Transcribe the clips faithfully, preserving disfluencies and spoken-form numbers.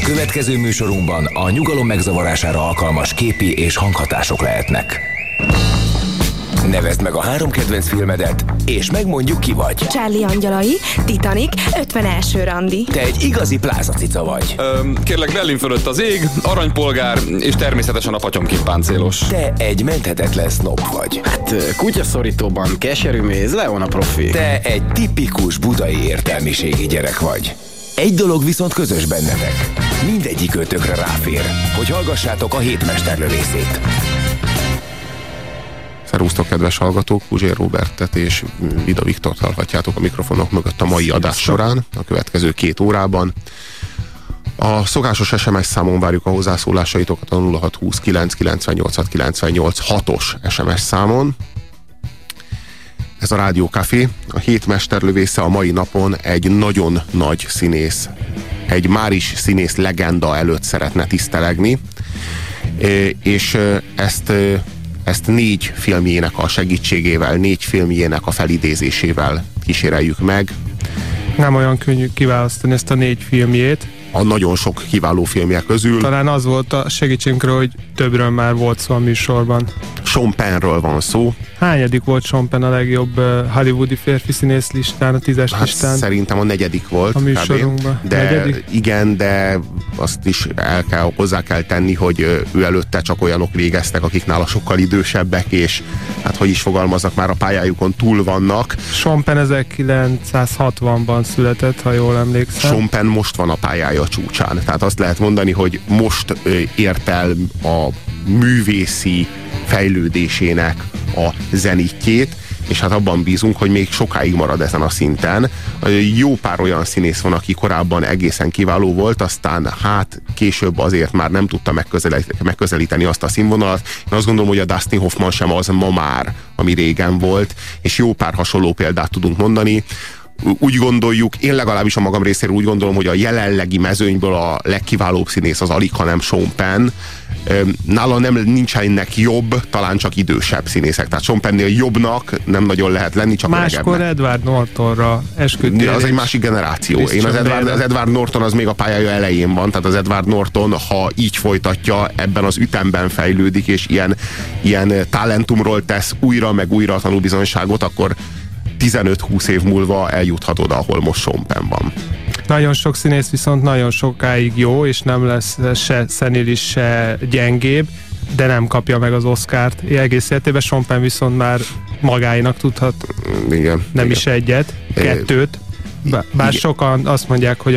Következő műsorunkban a nyugalom megzavarására alkalmas képi és hanghatások lehetnek. Nevezd meg a három kedvenc filmedet, és megmondjuk, ki vagy. Charlie angyalai, Titanic, ötven első randi. Te egy igazi plázacica vagy. Öm, kérlek, Berlin fölött az ég, aranypolgár, és természetesen a patyomkimpáncélos. Te egy menthetetlen snob vagy. Hát kutyaszorítóban keserű méz, Leon a profi. Te egy tipikus budai értelmiségi gyerek vagy. Egy dolog viszont közös bennetek. Mindegyik ötökre ráfér, hogy hallgassátok a hétmesterlövészét. Szervusztok, kedves hallgatók! Puzsér Róbertet és Vida Viktort hallhatjátok a mikrofonok mögött a mai adás során, a következő két órában. A szokásos es em es számon várjuk a hozzászólásaitokat a nulla hat húsz kilenc kilencvennyolc kilencvennyolc hatos es em es számon. Ez a Rádió Café. A hét mesterlövésze a mai napon egy nagyon nagy színész, egy már is színész legenda előtt szeretne tisztelegni, és ezt Ezt négy filmjének a segítségével, négy filmjének a felidézésével kíséreljük meg. Nem olyan könnyű kiválasztani ezt a négy filmjét. A nagyon sok kiváló filmje közül. Talán az volt a segítségünkről, hogy többről már volt szó a műsorban. Sean Pennről van szó. Hányadik volt Sean Penn a legjobb uh, hollywoodi férfi színész listán, a tízes hát listán? Szerintem a negyedik volt. A műsorunkban. De negyedik? Igen, de azt is el kell, hozzá kell tenni, hogy ő előtte csak olyanok végeztek, akik nála sokkal idősebbek, és hát hogy is fogalmaznak, már a pályájukon túl vannak. Sean Penn ezerkilencszázhatvanban született, ha jól emlékszem. Sean Penn most van a pályája csúcsán. Tehát azt lehet mondani, hogy most ért el a művészi fejlődésének a zenitjét, és hát abban bízunk, hogy még sokáig marad ezen a szinten. Jó pár olyan színész van, aki korábban egészen kiváló volt, aztán hát később azért már nem tudta megközelíteni azt a színvonalat. Én azt gondolom, hogy a Dustin Hoffman sem az ma már, ami régen volt, és jó pár hasonló példát tudunk mondani. Úgy gondoljuk, én legalábbis a magam részéről úgy gondolom, hogy a jelenlegi mezőnyből a legkiválóbb színész az alig, hanem Sean Penn. Nála nem nincsenek jobb, talán csak idősebb színészek. Tehát Sean Pennél jobbnak nem nagyon lehet lenni, csak máskor öregebbnek. Edward Nortonra esküdtél. Az egy másik generáció. Én az Edward, az Edward Norton az még a pályája elején van, tehát az Edward Norton, ha így folytatja, ebben az ütemben fejlődik, és ilyen, ilyen talentumról tesz újra meg újra a tanúbizonyságot, akkor tizenöt-húsz év múlva eljuthat oda, ahol most Sean Penn van. Nagyon sok színész viszont nagyon sokáig jó, és nem lesz se szenilis, se gyengébb, de nem kapja meg az Oscart. Egész életében Sean Penn viszont már magáinak tudhat igen, nem igen. is egyet, kettőt. Bár igen. Sokan azt mondják, hogy a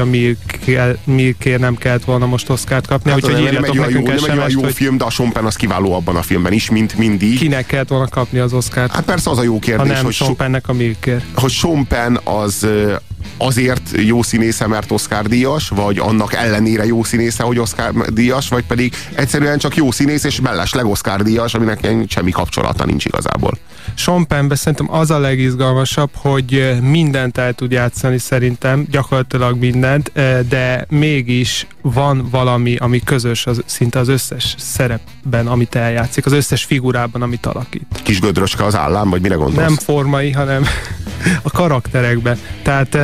Milkért nem kellett volna most Oscart kapni, hát úgyhogy írjatok nekünk es em es-t, nem egy jó hogy film, de a Sean Penn az kiváló abban a filmben is, mint mindig. Kinek kellett volna kapni az Oscart? Hát persze az a jó kérdés, ha nem hogy Sean Pennnek a Milkért. Hogy Sean Penn az azért jó színésze, mert Oscar díjas, vagy annak ellenére jó színésze, hogy Oscar díjas, vagy pedig egyszerűen csak jó színész, és mellesleg Oscar díjas, aminek semmi kapcsolata nincs igazából. Sean Pennben szerintem az a legizgalmasabb, hogy mindent el tud játszani szerintem, gyakorlatilag mindent, de mégis van valami, ami közös az, szinte az összes szerepben, amit eljátszik, az összes figurában, amit alakít. Kis gödröcske az állám, vagy mire gondolsz? Nem formai, hanem a karakterekben. Tehát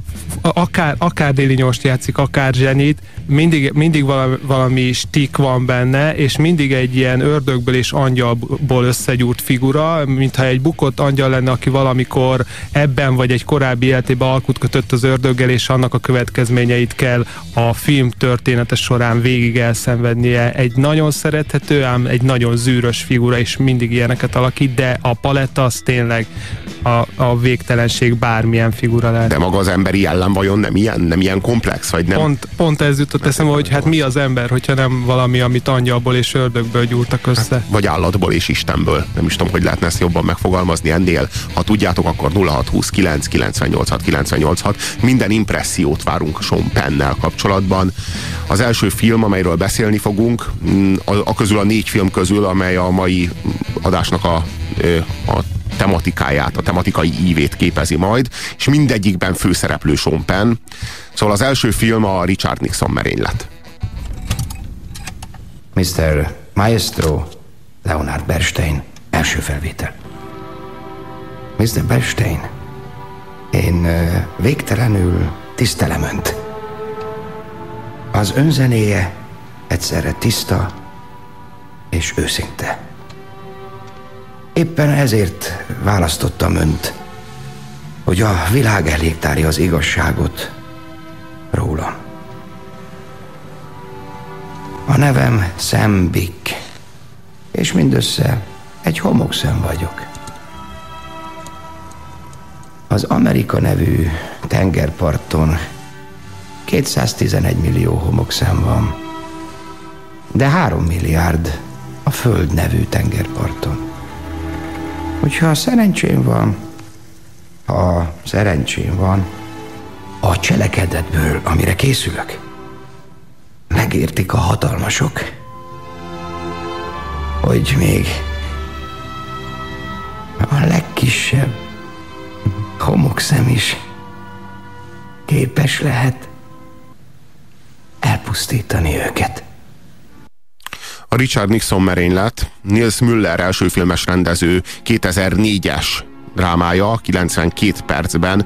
akár, akár Déli Nyolcst játszik, akár Zsenit, mindig, mindig valami, valami stik van benne, és mindig egy ilyen ördögből és angyalból összegyúrt figura, mintha egy bukott angyal lenne, aki valamikor ebben vagy egy korábbi életében alkut kötött az ördöggel, és annak a következményeit kell a film története során végig elszenvednie. Egy nagyon szerethető, ám egy nagyon zűrös figura, és mindig ilyeneket alakít, de a paletta az tényleg a, a végtelenség bármilyen figura lehet. De maga az emberi ellen vajon nem ilyen, nem ilyen komplex, vagy nem? Pont, pont ez jutott eszembe, hogy hát mi az ember, hogyha nem valami, amit angyalból és ördögből gyúrtak össze. Hát, vagy állatból és Istenből. Nem is tudom, hogy lehetne ezt jobban megfogalmazni ennél. Ha tudjátok, akkor nulla hat húsz kilenc kilencvennyolc kilencvennyolc hat. Minden impressziót várunk Sean Pennnel kapcsolatban. Az első film, amelyről beszélni fogunk, a, a közül a négy film közül, amely a mai adásnak a, a tematikáját, a tematikai ívét képezi majd, és mindegyikben főszereplő Sean Penn. Szóval az első film a Richard Nixon merénylet. miszter Maestro, Leonard Bernstein, első felvétel. miszter Bernstein, én végtelenül tisztelem Önt. Az önzenéje egyszerre tiszta és őszinte. Éppen ezért választottam önt, hogy a világ elé tárja az igazságot rólam. A nevem Sam Bick, és mindössze egy homokszem vagyok. Az Amerika nevű tengerparton kétszáztizenegy millió homokszem van, de három milliárd a Föld nevű tengerparton. Hogyha szerencsém van, ha szerencsém van, a cselekedetből, amire készülök, megértik a hatalmasok, hogy még a legkisebb homokszem is képes lehet elpusztítani őket. A Richard Nixon merénylet Niels Müller első filmes rendező kétezer-négyes drámája kilencvenkét percben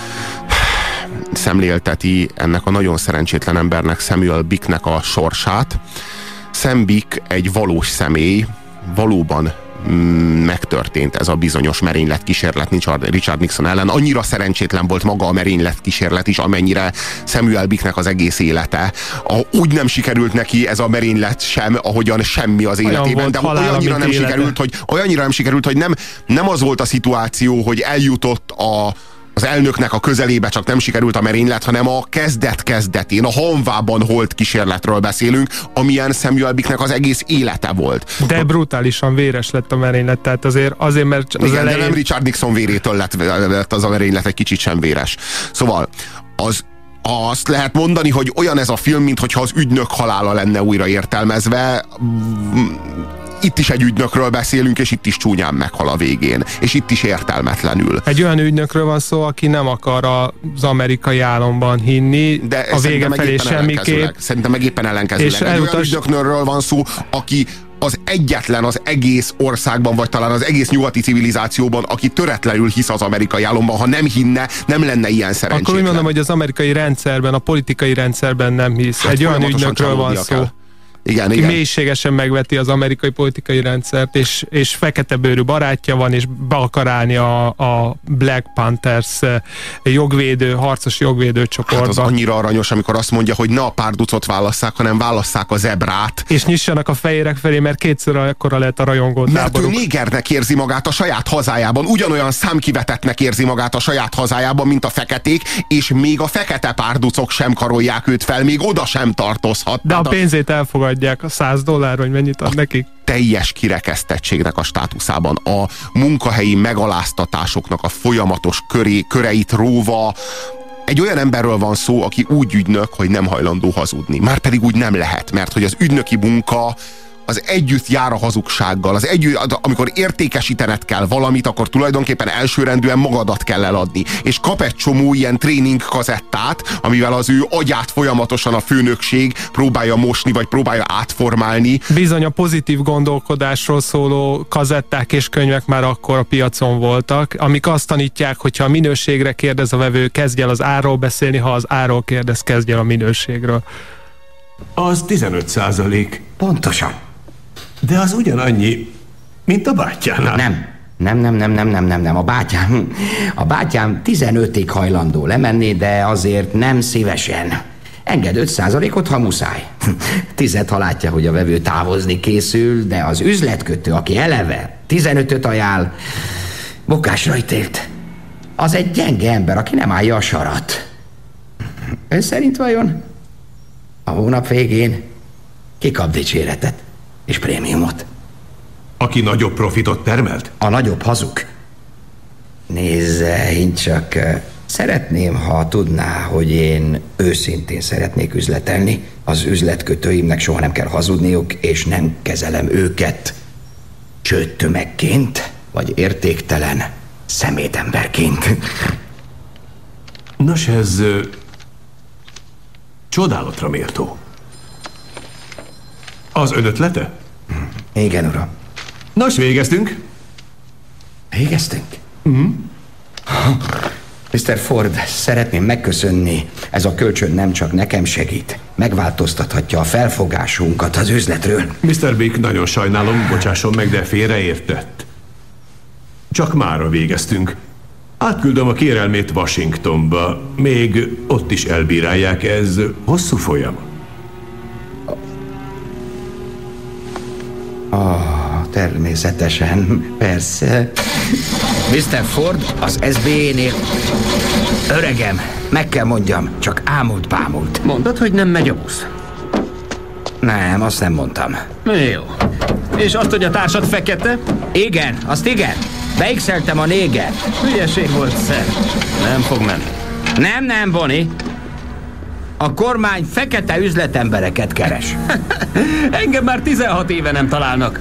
szemlélteti ennek a nagyon szerencsétlen embernek, Samuel Bicknek a sorsát. Sam Bick egy valós személy, valóban megtörtént ez a bizonyos merénylet kísérlet Richard Nixon ellen. Annyira szerencsétlen volt maga a merénylet kísérlet is, amennyire Samuel Bicknek az egész élete. A, úgy nem sikerült neki ez a merénylet sem, ahogyan semmi az életében, de halál, olyannyira nem élete. sikerült, hogy olyannyira nem sikerült, hogy nem, nem az volt a szituáció, hogy eljutott a az elnöknek a közelébe, csak nem sikerült a merénylet, hanem a kezdet-kezdetén, a Hanvában holt kísérletről beszélünk, amilyen Samuel Bicknek az egész élete volt. De brutálisan véres lett a merénylet, tehát azért, azért mert az Igen, elején... de nem Richard Nixon vérétől lett, lett az a merénylet egy kicsit sem véres. Szóval az azt lehet mondani, hogy olyan ez a film, mintha az ügynök halála lenne újra értelmezve. Itt is egy ügynökről beszélünk, és itt is csúnyán meghal a végén. És itt is értelmetlenül. Egy olyan ügynökről van szó, aki nem akar az amerikai álomban hinni, de a vége felé semmiképp. Szerintem meg éppen ellenkezőleg. És egy elutas... olyan ügynökről van szó, aki az egyetlen az egész országban, vagy talán az egész nyugati civilizációban, aki töretlenül hisz az amerikai álomban. Ha nem hinne, nem lenne ilyen szerencsétlen. Akkor úgy mondom, hogy az amerikai rendszerben, a politikai rendszerben nem hisz. Hát egy olyan ügynökről van szó. Kell. Igen, aki igen. mélységesen megveti az amerikai politikai rendszert, és, és fekete bőrű barátja van, és be akar állni a, a Black Panthers jogvédő, harcos jogvédő csoportba. Hát az annyira aranyos, amikor azt mondja, hogy ne a párducot válasszák, hanem válasszák a zebrát. És nyissanak a fejérek felé, mert kétszer akkora lehet a rajongó Mert táboruk. ő négernek érzi magát a saját hazájában, ugyanolyan számkivetetnek érzi magát a saját hazájában, mint a feketék, és még a fekete párducok sem karolják őt fel, még oda sem tartozhat. De a pénzét elfogadják. A száz dollár, vagy mennyit ad nekik? Teljes kirekesztettségnek a státuszában, a munkahelyi megaláztatásoknak a folyamatos köré, köreit róva. Egy olyan emberről van szó, aki úgy ügynök, hogy nem hajlandó hazudni. Márpedig úgy nem lehet, mert hogy az ügynöki munka az együtt jár a hazugsággal. Az együtt, amikor értékesítened kell valamit, akkor tulajdonképpen elsőrendűen magadat kell eladni. És kap egy csomó ilyen tréning kazettát, amivel az ő agyát folyamatosan a főnökség próbálja mosni, vagy próbálja átformálni. Bizony a pozitív gondolkodásról szóló kazetták és könyvek már akkor a piacon voltak, amik azt tanítják, hogyha a minőségre kérdez a vevő, kezdj el az árról beszélni, ha az árról kérdez, kezdj el a minőségről. Az tizenöt százalék. Pontosan. De az ugyanannyi, mint a bátyjánál. Nem. Nem, nem, nem, nem, nem, nem, nem. A bátyám, a bátyám tizenötig hajlandó lemenni, de azért nem szívesen. Enged öt százalékot, ha muszáj. Tizet, ha látja, hogy a vevő távozni készül, de az üzletkötő, aki eleve tizenötöt ajánl, bukásra ítélt. Az egy gyenge ember, aki nem állja a sarat. Ön szerint vajon a hónap végén kikap dicséretet és prémiumot? Aki nagyobb profitot termelt? A nagyobb hazug. Nézze, én csak szeretném, ha tudná, hogy én őszintén szeretnék üzletelni. Az üzletkötőimnek soha nem kell hazudniuk, és nem kezelem őket csődtömegként, vagy értéktelen szemétemberként. Nos, ez ö, csodálatra méltó. Az ön ötlete? Igen, uram. Nos, végeztünk. Végeztünk? Mm. miszter Ford, szeretném megköszönni. Ez a kölcsön nem csak nekem segít, megváltoztathatja a felfogásunkat az üzletről. miszter Big, nagyon sajnálom, bocsásson meg, de félreértett. Csak mára végeztünk. Átküldöm a kérelmét Washingtonba. Még ott is elbírálják, ez hosszú folyam. Ah, természetesen, persze. miszter Ford, az es bé é-nél... Öregem, meg kell mondjam, csak ámult bámult. Mondod, hogy nem megy a busz? Nem, azt nem mondtam. Jó. És azt, hogy a társad fekete? Igen, azt igen. Beixeltem a néger. Hülyeség volt, szer. Nem fog menni. Nem, nem, Bonnie. A kormány fekete üzletembereket keres. Engem már tizenhat éve nem találnak.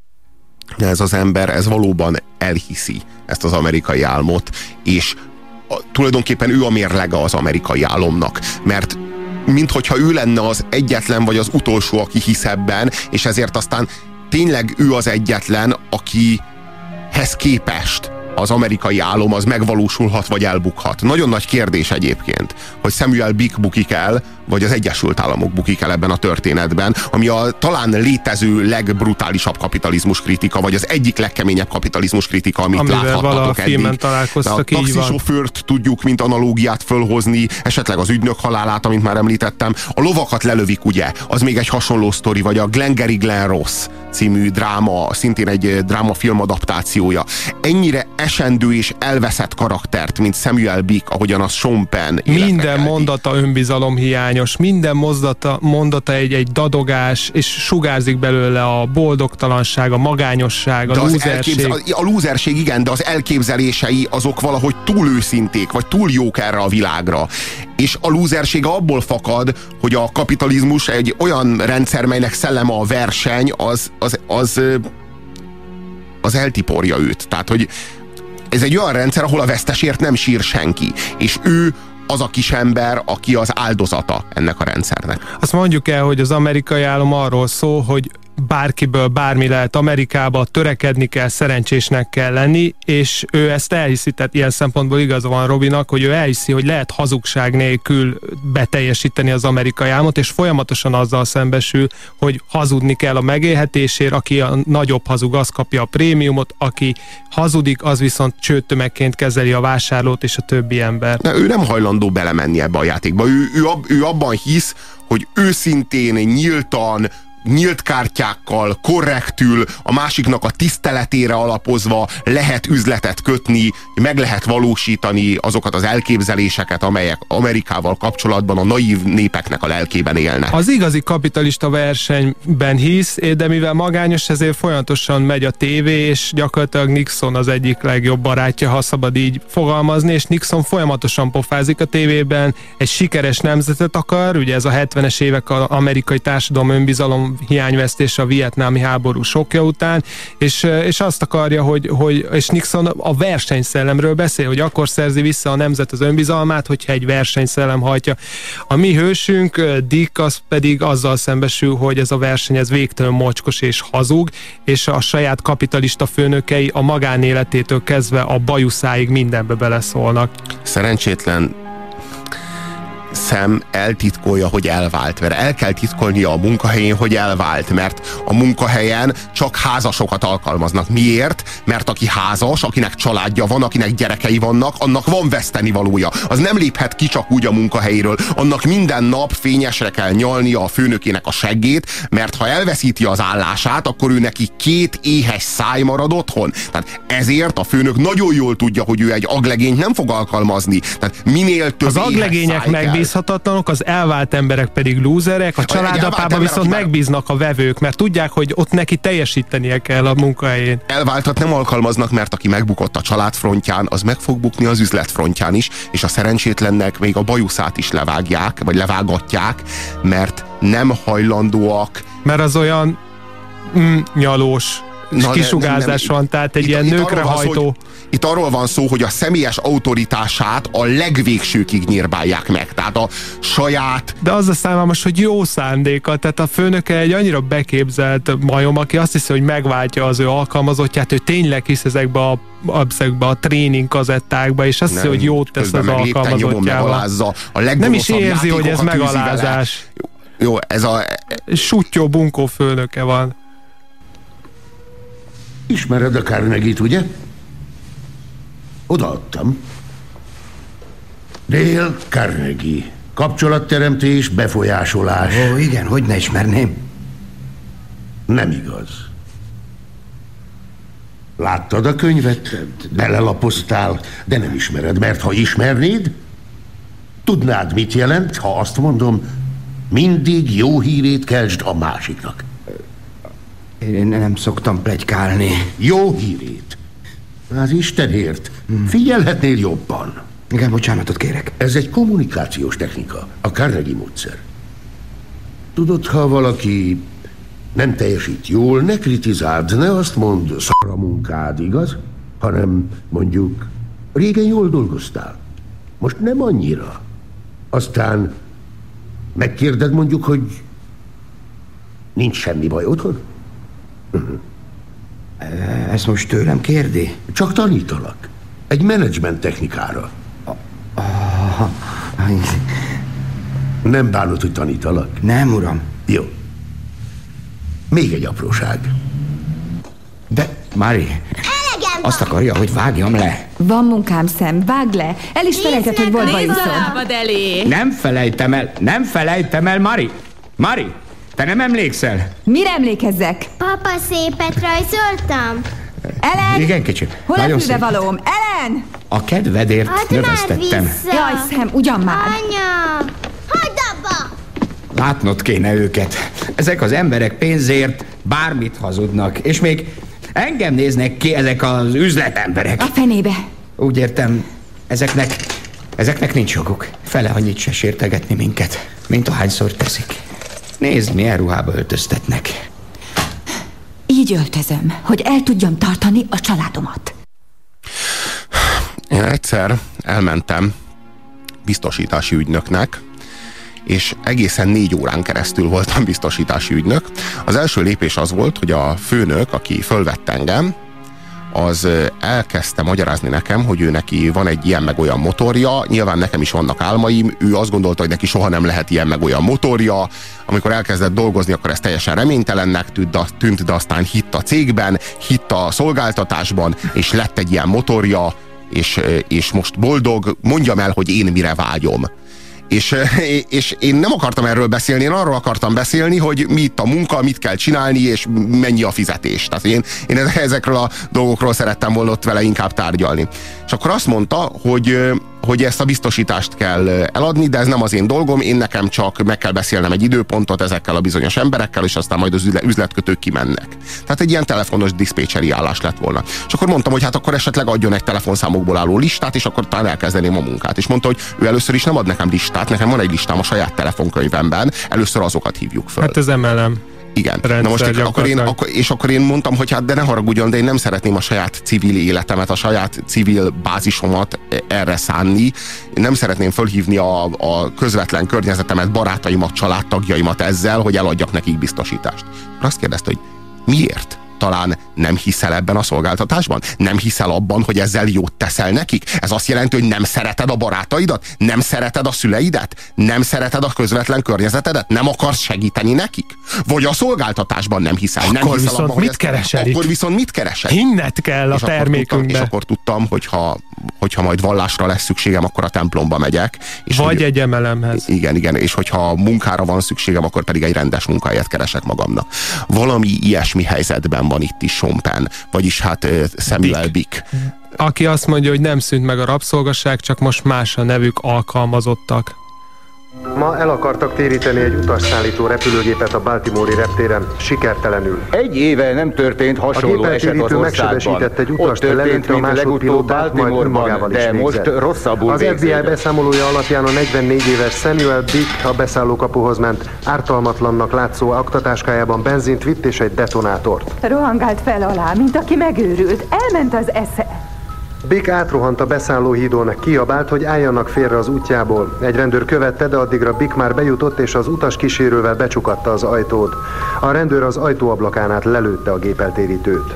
Ez az ember, ez valóban elhiszi ezt az amerikai álmot, és a, tulajdonképpen ő a mérlege az amerikai álomnak, mert minthogyha ő lenne az egyetlen vagy az utolsó, aki hisz ebben, és ezért aztán tényleg ő az egyetlen, akihez képest az amerikai álom az megvalósulhat, vagy elbukhat. Nagyon nagy kérdés egyébként, hogy Samuel Big bukik el, vagy az Egyesült Államok bukik el ebben a történetben, ami a talán létező legbrutálisabb kapitalizmus kritika, vagy az egyik legkeményebb kapitalizmus kritika, amit amivel láthattatok eddig. Filmen találkoztak, a taxisofőrt tudjuk, mint analógiát fölhozni, esetleg az ügynök halálát, amint már említettem. A lovakat lelövik, ugye? Az még egy hasonló sztori, vagy a Glengarry Glen Ross című dráma, szintén egy drámafilm adaptációja. Ennyire esendő és elveszett karaktert, mint Samuel Big, ahogyan az Sean Penn. Minden mondata önbizalomhiányos, minden mondata, mondata egy, egy dadogás, és sugárzik belőle a boldogtalanság, a magányosság, a de lúzerség. Elképzel, a lúzerség, igen, de az elképzelései azok valahogy túl őszinték, vagy túl jók erre a világra. És a lúzerség abból fakad, hogy a kapitalizmus egy olyan rendszer, melynek szelleme a verseny, az, az, az, az eltiporja őt. Tehát, hogy ez egy olyan rendszer, ahol a vesztesért nem sír senki. És ő az a kis ember, aki az áldozata ennek a rendszernek. Azt mondjuk el, hogy az amerikai álom arról szól, hogy bárkiből bármi lehet Amerikába, törekedni kell, szerencsésnek kell lenni, és ő ezt elhiszi, tehát ilyen szempontból igaza van Robinak, hogy ő elhiszi, hogy lehet hazugság nélkül beteljesíteni az amerikai álmot, és folyamatosan azzal szembesül, hogy hazudni kell a megélhetésért, aki a nagyobb hazug, az kapja a prémiumot, aki hazudik, az viszont csőtömegként kezeli a vásárlót és a többi ember. De ő nem hajlandó belemenni ebbe a játékba. Ő, ő, ab, ő abban hisz, hogy őszintén, nyíltan, nyílt kártyákkal, korrektül, a másiknak a tiszteletére alapozva lehet üzletet kötni, meg lehet valósítani azokat az elképzeléseket, amelyek Amerikával kapcsolatban a naív népeknek a lelkében élnek. Az igazi kapitalista versenyben hisz, de mivel magányos, ezért folyamatosan megy a tévé, és gyakorlatilag Nixon az egyik legjobb barátja, ha szabad így fogalmazni, és Nixon folyamatosan pofázik a tévében, egy sikeres nemzetet akar, ugye ez a hetvenes évek az amerikai társadalom önbizalom hiányvesztése a vietnámi háború sokja után, és, és azt akarja, hogy, hogy és Nixon a versenyszellemről beszél, hogy akkor szerzi vissza a nemzet az önbizalmát, hogyha egy versenyszellem hajtja. A mi hősünk, Dick, az pedig azzal szembesül, hogy ez a verseny ez végtelen mocskos és hazug, és a saját kapitalista főnökei a magánéletétől kezdve a bajuszáig mindenbe beleszólnak. Szerencsétlen Sam eltitkolja, hogy elvált, mert el kell titkolnia a munkahelyén, hogy elvált, mert a munkahelyen csak házasokat alkalmaznak. Miért? Mert aki házas, akinek családja van, akinek gyerekei vannak, annak van vesztenivalója. Az nem léphet ki csak úgy a munkahelyéről. Annak minden nap fényesre kell nyalnia a főnökének a seggét, mert ha elveszíti az állását, akkor ő neki két éhes száj marad otthon. Tehát ezért a főnök nagyon jól tudja, hogy ő egy aglegényt nem fog alkalmazni. Tehát minél több az aglegények megbízhatatlanok, az elvált emberek pedig lúzerek, a családapában viszont megbíznak a vevők, mert tudják, hogy ott neki teljesítenie kell a munkahelyén. Elváltat nem alkalmaznak, mert aki megbukott a család frontján, az meg fog bukni az üzlet frontján is, és a szerencsétlennek még a bajuszát is levágják, vagy levágatják, mert nem hajlandóak. Mert az olyan mm, nyalós, Na, kisugárzás van, tehát egy itt, ilyen itt nőkre hajtó. Szó, itt arról van szó, hogy a személyes autoritását a legvégsőkig nyírbálják meg. Tehát a saját... De az a számomra, hogy jó szándéka, tehát a főnöke egy annyira beképzelt majom, aki azt hiszi, hogy megváltja az ő alkalmazottját, ő tényleg hisz ezekbe a, ezekbe a tréning kazettákba, és azt hiszi, hogy jót tesz az alkalmazottjával. Nem is érzi, hogy ez megalázás. Jó, ez a... Suttyó bunkó főnöke van. Ismered a Carnegie-t, ugye? Odaadtam. Dale Carnegie. Kapcsolatteremtés, befolyásolás. Ó, igen, hogy ne ismerném. Nem igaz. Láttad a könyvet? Belelapoztál, de nem ismered, mert ha ismernéd, tudnád, mit jelent, ha azt mondom, mindig jó hírét keltsd a másiknak. Én nem szoktam pletykálni. Jó hírét. Az Istenért. Hmm. Figyelhetnél jobban. Igen, bocsánatot kérek. Ez egy kommunikációs technika, a Carnegie módszer. Tudod, ha valaki nem teljesít jól, ne kritizáld, ne azt mondd, szar a munkád, igaz? Hanem mondjuk, régen jól dolgoztál. Most nem annyira. Aztán megkérded mondjuk, hogy nincs semmi baj otthon? Uh-huh. Ezt most tőlem kérdi? Csak tanítalak. Egy menedzsment technikára. Ah, nem bánod, hogy tanítalak? Nem, uram. Jó. Még egy apróság. De, Mari, azt akarja, hogy vágjam le. Van munkám, Sam, vágd le. El is felejtett, hogy volt bajuszod. elé. Nem felejtem el, nem felejtem el, Mari. Mari, te nem emlékszel? Mire emlékezzek? Papa, szépet rajzoltam. Ellen! Igen, kicsim. Hol a fülbevalóm? Ellen! A kedvedért Add növesztettem. Jaj, Sam, ugyan már. Anya! Hagyd abba! Látnod kéne őket. Ezek az emberek pénzért bármit hazudnak, és még engem néznek ki ezek az üzletemberek. A fenébe. Úgy értem, ezeknek, ezeknek nincs joguk. Fele annyit se sértegetni minket, mint ahányszor teszik. Nézd, milyen ruhába öltöztetnek. Így öltözöm, hogy el tudjam tartani a családomat. Én egyszer elmentem biztosítási ügynöknek, és egészen négy órán keresztül voltam biztosítási ügynök. Az első lépés az volt, hogy a főnök, aki fölvett engem, az elkezdte magyarázni nekem, hogy ő neki van egy ilyen meg olyan motorja, nyilván nekem is vannak álmaim, ő azt gondolta, hogy neki soha nem lehet ilyen meg olyan motorja, amikor elkezdett dolgozni, akkor ez teljesen reménytelennek tűnt, de aztán hitt a cégben, hitt a szolgáltatásban, és lett egy ilyen motorja, és, és most boldog, mondjam el, hogy én mire vágyom. És, és én nem akartam erről beszélni, én arról akartam beszélni, hogy mi itt a munka, mit kell csinálni, és mennyi a fizetés. Tehát én, én ezekről a dolgokról szerettem volna ott vele inkább tárgyalni. És akkor azt mondta, hogy, hogy ezt a biztosítást kell eladni, de ez nem az én dolgom, én nekem csak meg kell beszélnem egy időpontot ezekkel a bizonyos emberekkel, és aztán majd az üzletkötők kimennek. Tehát egy ilyen telefonos diszpécseri állás lett volna. És akkor mondtam, hogy hát akkor esetleg adjon egy telefonszámokból álló listát, és akkor talán elkezdeném a munkát. És mondta, hogy ő először is nem ad nekem listát, nekem van egy listám a saját telefonkönyvemben, először azokat hívjuk föl. Hát ez em el em. Igen. Na most, akkor én, akkor, és akkor én mondtam, hogy hát de ne haragudjon, de én nem szeretném a saját civil életemet, a saját civil bázisomat erre szánni. Én nem szeretném fölhívni a, a közvetlen környezetemet, barátaimat, családtagjaimat ezzel, hogy eladjak nekik biztosítást. Azt kérdezte, hogy miért? Talán nem hiszel ebben a szolgáltatásban? Nem hiszel abban, hogy ezzel jót teszel nekik? Ez azt jelenti, hogy nem szereted a barátaidat? Nem szereted a szüleidet? Nem szereted a közvetlen környezetedet? Nem akarsz segíteni nekik? Vagy a szolgáltatásban nem hiszel? Akkor nem hiszel viszont abban, mit keresel Akkor viszont mit keresel? Hinnet kell a és termékünkbe. Akkor tudtam, és akkor tudtam, hogyha, hogyha majd vallásra lesz szükségem, akkor a templomba megyek. És Vagy hogy, egy em el emhez. Igen, igen, és hogyha munkára van szükségem, akkor pedig egy rendes munkahelyet keresek magamnak. Valami ilyesmi helyzetben van itt is Sean Penn, vagyis hát uh, Samuel Bick. Aki azt mondja, hogy nem szűnt meg a rabszolgasság, csak most más a nevük, alkalmazottak. Ma el akartak téríteni egy utasszállító repülőgépet a Baltimore-i reptéren, sikertelenül. Egy éve nem történt hasonló eset az országban. egy Ott történt, mint legutóbb Baltimore-ban, de most rosszabbul Az ef bé i beszámolója alapján a negyvennégy éves Samuel Bick a beszállókapuhoz ment. Ártalmatlannak látszó aktatáskájában benzint vitt és egy detonátort. Rohangált fel alá, mint aki megőrült. Elment az esze. Bick átrohant a beszállóhídon, kiabált, hogy álljanak félre az útjából. Egy rendőr követte, de addigra Bick már bejutott, és az utas kísérővel becsukatta az ajtót. A rendőr az ajtóablakán át lelőtte a gépeltérítőt.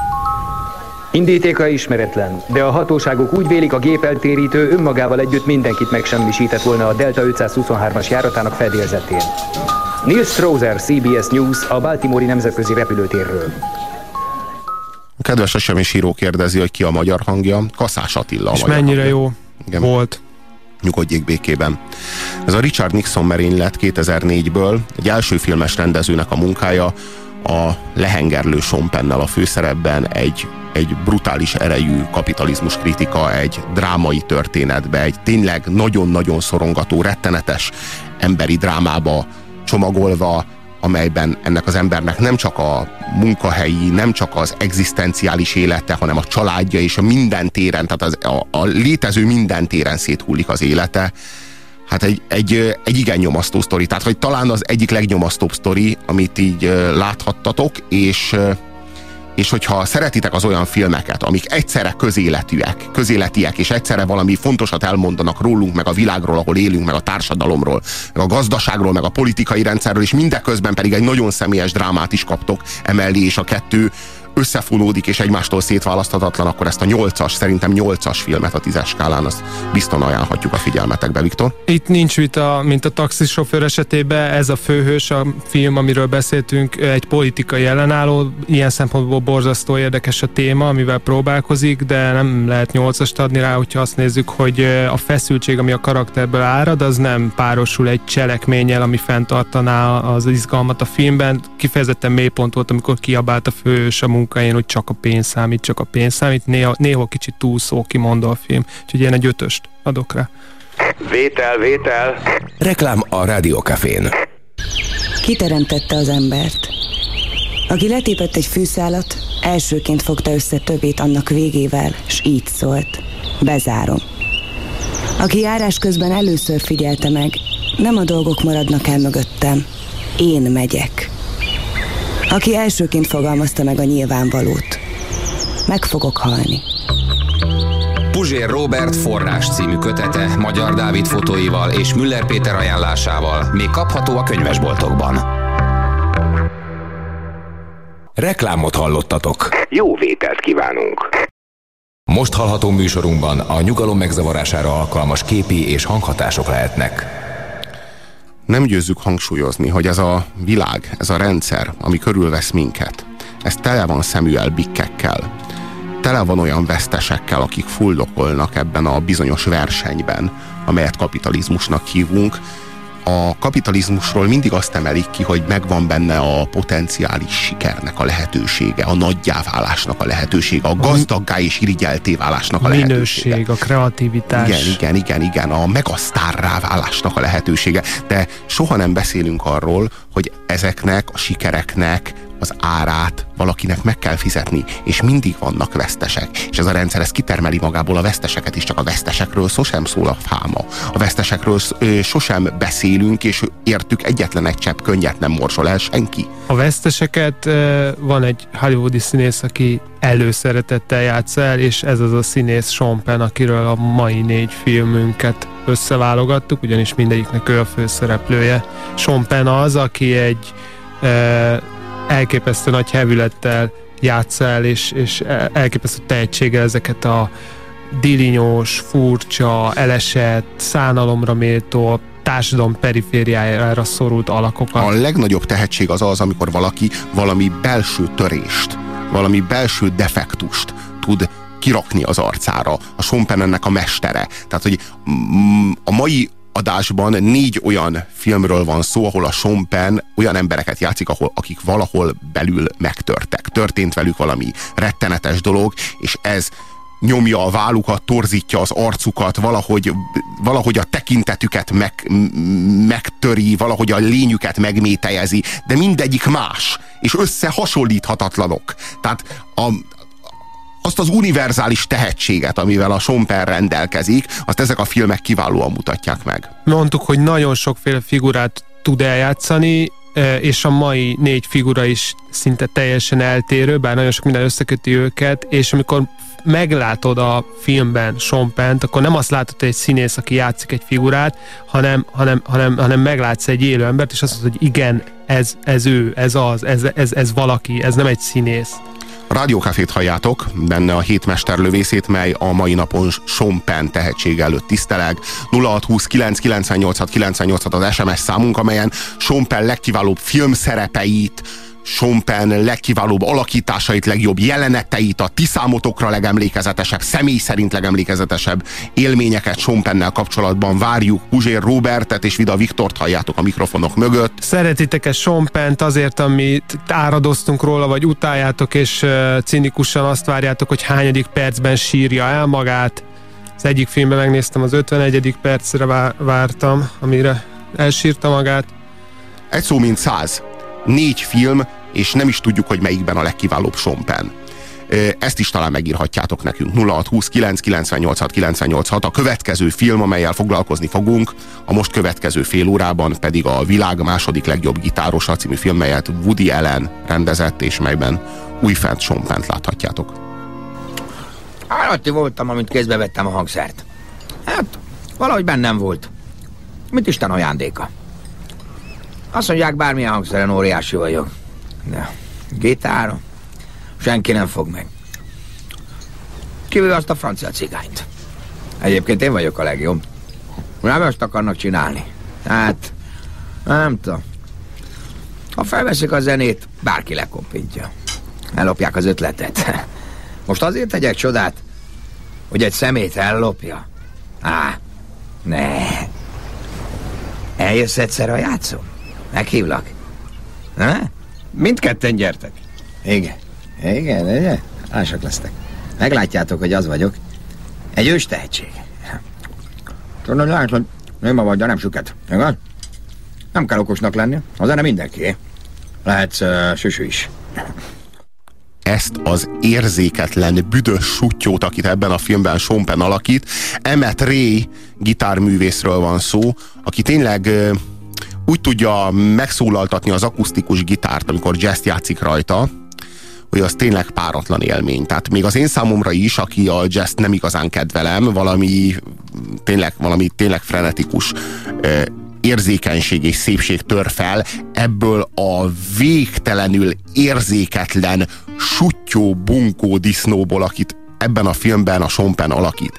Indítéka ismeretlen, de a hatóságok úgy vélik, a gépeltérítő önmagával együtt mindenkit megsemmisített volna a Delta ötszázhuszonhármas járatának fedélzetén. Neil Strauser, cé bé es News, a Baltimore-i nemzetközi repülőtérről. A kedves es em es író kérdezi, hogy ki a magyar hangja. Kaszás Attila a És magyar mennyire hangja. jó Igen. volt. Nyugodjék békében. Ez a Richard Nixon merénylet kétezer-négyből, egy első filmes rendezőnek a munkája, a lehengerlő Sean Penn-nel a főszerepben, egy, egy brutális erejű kapitalizmus kritika, egy drámai történetbe, egy tényleg nagyon-nagyon szorongató, rettenetes emberi drámába csomagolva, amelyben ennek az embernek nem csak a munkahelyi, nem csak az egzisztenciális élete, hanem a családja és a minden téren, tehát az, a, a létező minden téren széthullik az élete. Hát egy, egy, egy igen nyomasztó sztori, tehát vagy talán az egyik legnyomasztóbb sztori, amit így láthattatok, és, és hogyha szeretitek az olyan filmeket, amik egyszerre közéletűek, közéletiek, és egyszerre valami fontosat elmondanak rólunk, meg a világról, ahol élünk, meg a társadalomról, meg a gazdaságról, meg a politikai rendszerről, és mindeközben pedig egy nagyon személyes drámát is kaptok emellé, és a kettő összefonódik és egymástól szétválaszthatatlan, akkor ezt a nyolcas, szerintem nyolcas filmet a tízes skálán, azt bizton ajánlhatjuk a figyelmetekbe, Viktor. Itt nincs vita, mint a taxisofőr esetében, ez a főhős, a film, amiről beszéltünk, egy politikai ellenálló, ilyen szempontból borzasztó érdekes a téma, amivel próbálkozik, de nem lehet nyolcast adni rá, hogyha azt nézzük, hogy a feszültség, ami a karakterből árad, az nem párosul egy cselekménnyel, ami fenntartaná az izgalmat a filmben. Kifejezetten mélypont volt, amikor kiabált a főhős a munkáján, hogy csak a pénz számít, csak a pénz számít. Néha, néha kicsit túlszó kimondó a film. Úgyhogy ilyen egy ötöst adok rá. Vétel, vétel. Reklám a Rádiókafén. Kiteremtette az embert. Aki letépett egy fűszálat, elsőként fogta össze többét annak végével, s így szólt: bezárom. Aki járás közben először figyelte meg, nem a dolgok maradnak el mögöttem, én megyek. Aki elsőként fogalmazta meg a nyilvánvalót, meg fogok halni. Puzsér Róbert forrás című kötete Magyar Dávid fotóival és Müller Péter ajánlásával még kapható a könyvesboltokban. Reklámot hallottatok. Jó vételt kívánunk! Most hallható műsorunkban a nyugalom megzavarására alkalmas képi és hanghatások lehetnek. Nem győzzük hangsúlyozni, hogy ez a világ, ez a rendszer, ami körülvesz minket, ez tele van Samuel Bickekkel, tele van olyan vesztesekkel, akik fuldokolnak ebben a bizonyos versenyben, amelyet kapitalizmusnak hívunk. A kapitalizmusról mindig azt emelik ki, hogy megvan benne a potenciális sikernek a lehetősége, a nagyjáválásnak a lehetősége, a gazdaggá és irigyelté válásnak a lehetősége. Minőség, a kreativitás. Igen, igen, igen, igen, a megasztárrá válásnak a lehetősége. De soha nem beszélünk arról, hogy ezeknek a sikereknek az árát valakinek meg kell fizetni, és mindig vannak vesztesek. És ez a rendszer, ez kitermeli magából a veszteseket is, csak a vesztesekről sosem szól a fáma. A vesztesekről sosem beszélünk, és értük egyetlen egy csepp könnyet nem morsol el senki. A veszteseket van egy hollywoodi színész, aki előszeretettel játsz el, és ez az a színész Sean Penn, akiről a mai négy filmünket összeválogattuk, ugyanis mindegyiknek ő a főszereplője. Sean Penn az, aki egy elképesztő nagy hevülettel játsz el, és, és elképesztő tehetséggel ezeket a dilinyós, furcsa, elesett, szánalomra méltó, társadalom perifériájára szorult alakokat. A legnagyobb tehetség az az, amikor valaki valami belső törést, valami belső defektust tud kirakni az arcára. A Sean Penn ennek a mestere. Tehát, hogy a mai adásban négy olyan filmről van szó, ahol a Sean Penn olyan embereket játszik, ahol, akik valahol belül megtörtek. Történt velük valami rettenetes dolog, és ez nyomja a vállukat, torzítja az arcukat, valahogy, valahogy a tekintetüket meg, megtöri, valahogy a lényüket megmétejezi, de mindegyik más, és összehasonlíthatatlanok. Tehát a, azt az univerzális tehetséget, amivel a Sean Penn rendelkezik, azt ezek a filmek kiválóan mutatják meg. Mondtuk, hogy nagyon sokféle figurát tud eljátszani, és a mai négy figura is szinte teljesen eltérő, bár nagyon sok minden összeköti őket, és amikor meglátod a filmben Sean Pennt, akkor nem azt látod, hogy egy színész, aki játszik egy figurát, hanem, hanem, hanem, hanem meglátsz egy élő embert, és azt mondod, hogy igen, ez, ez ő, ez az, ez, ez, ez valaki, ez nem egy színész. A Rádiókafét halljátok, benne a hét mesterlövészét, mely a mai napon Sean Penn tehetsége előtt tiszteleg. nulla hat húsz kilenc kilencvennyolc hat kilencvennyolc hat az es em es számunk, amelyen Sean Penn legkiválóbb filmszerepeit, Sean Penn legkiválóbb alakításait, legjobb jeleneteit, a ti számotokra legemlékezetesebb, személy szerint legemlékezetesebb élményeket Sean Pennnel kapcsolatban várjuk. Puzsér Róbertet és Vida Viktort halljátok a mikrofonok mögött. Szeretitek-e Sean Pennt azért, amit áradoztunk róla, vagy utáljátok, és uh, cinikusan azt várjátok, hogy hányadik percben sírja el magát? Az egyik filmben megnéztem, az ötvenegyedik percre vártam, amire elsírta magát. Egy szó mint száz. Négy film, és nem is tudjuk, hogy melyikben a legkiválóbb Sean Penn. Ezt is talán megírhatjátok nekünk. nulla hat húsz kilenc kilencvennyolc hat kilencvennyolc hat a következő film, amellyel foglalkozni fogunk, a most következő fél órában pedig a világ második legjobb gitárosa című film, melyet Woody Allen rendezett, és melyben újfent Sean Pennt láthatjátok. Állati voltam, amint kézbe vettem a hangszert. Hát, valahogy bennem volt. Mint Isten ajándéka. Azt mondják, bármilyen hangszeren óriási vagyok. De gitáron senki nem fog meg. Kivéve azt a francia cigányt. Egyébként én vagyok a legjobb. Nem azt akarnak csinálni. Hát, nem tudom. Ha felveszik a zenét, bárki lekoppintja. Ellopják az ötletet. Most azért tegyek csodát, hogy egy szemét ellopja. Á, ne. Eljössz egyszer a játszom? Meghívlak? Ha? Mindketten gyertek. Igen. Igen, igen. Ásak lesztek. Meglátjátok, hogy az vagyok. Egy ős tehetség. Tudod, lehet, hogy néma vagy, de nem süket. Igaz? Nem kell okosnak lenni. A zene mindenki. Lehetsz uh, süsű is. Ezt az érzéketlen, büdös suttyót, akit ebben a filmben Sean Penn alakít, Emmett Ray gitárművészről van szó, aki tényleg uh, úgy tudja megszólaltatni az akusztikus gitárt, amikor jazz játszik rajta, hogy az tényleg páratlan élmény. Tehát még az én számomra is, aki a jazz nem igazán kedvelem, valami tényleg, valami tényleg frenetikus uh, érzékenység és szépség tör fel ebből a végtelenül érzéketlen, suttyó, bunkó disznóból, akit ebben a filmben a Sean Penn alakít.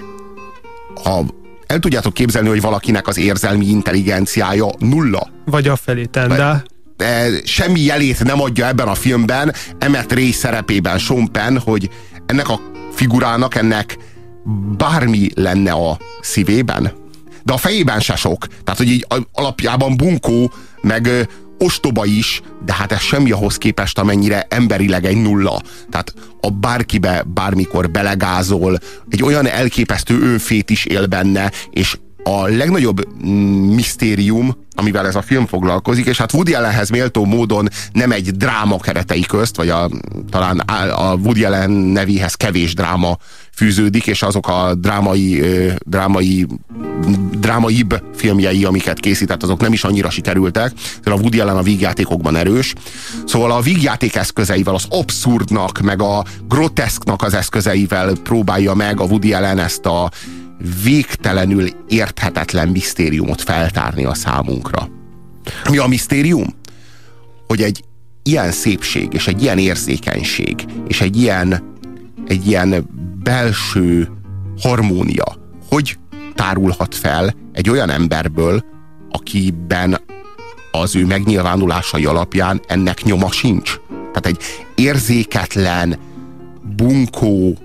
Ha el tudjátok képzelni, hogy valakinek az érzelmi intelligenciája nulla. Vagy afelé tende. Semmi jelét nem adja ebben a filmben, Emmett Ray szerepében Sean Penn, hogy ennek a figurának, ennek bármi lenne a szívében, de a fejében se sok. Tehát, hogy így alapjában bunkó, meg ö, ostoba is, de hát ez semmi ahhoz képest, amennyire emberileg egy nulla. Tehát a bárkibe bármikor belegázol, egy olyan elképesztő önfét is él benne, és a legnagyobb misztérium, amivel ez a film foglalkozik, és hát Woody Allenhez méltó módon nem egy dráma keretei közt, vagy a, talán a Woody Allen nevéhez kevés dráma fűződik, és azok a drámai, drámai drámaibb filmjei, amiket készített, azok nem is annyira sikerültek. A Woody Allen a vígjátékokban erős. Szóval a vígjáték eszközeivel, az abszurdnak, meg a groteszknak az eszközeivel próbálja meg a Woody Allen ezt a végtelenül érthetetlen misztériumot feltárni a számunkra. Mi a misztérium? Hogy egy ilyen szépség, és egy ilyen érzékenység, és egy ilyen, egy ilyen belső harmónia, hogy tárulhat fel egy olyan emberből, akiben az ő megnyilvánulásai alapján ennek nyoma sincs. Tehát egy érzéketlen, bunkó,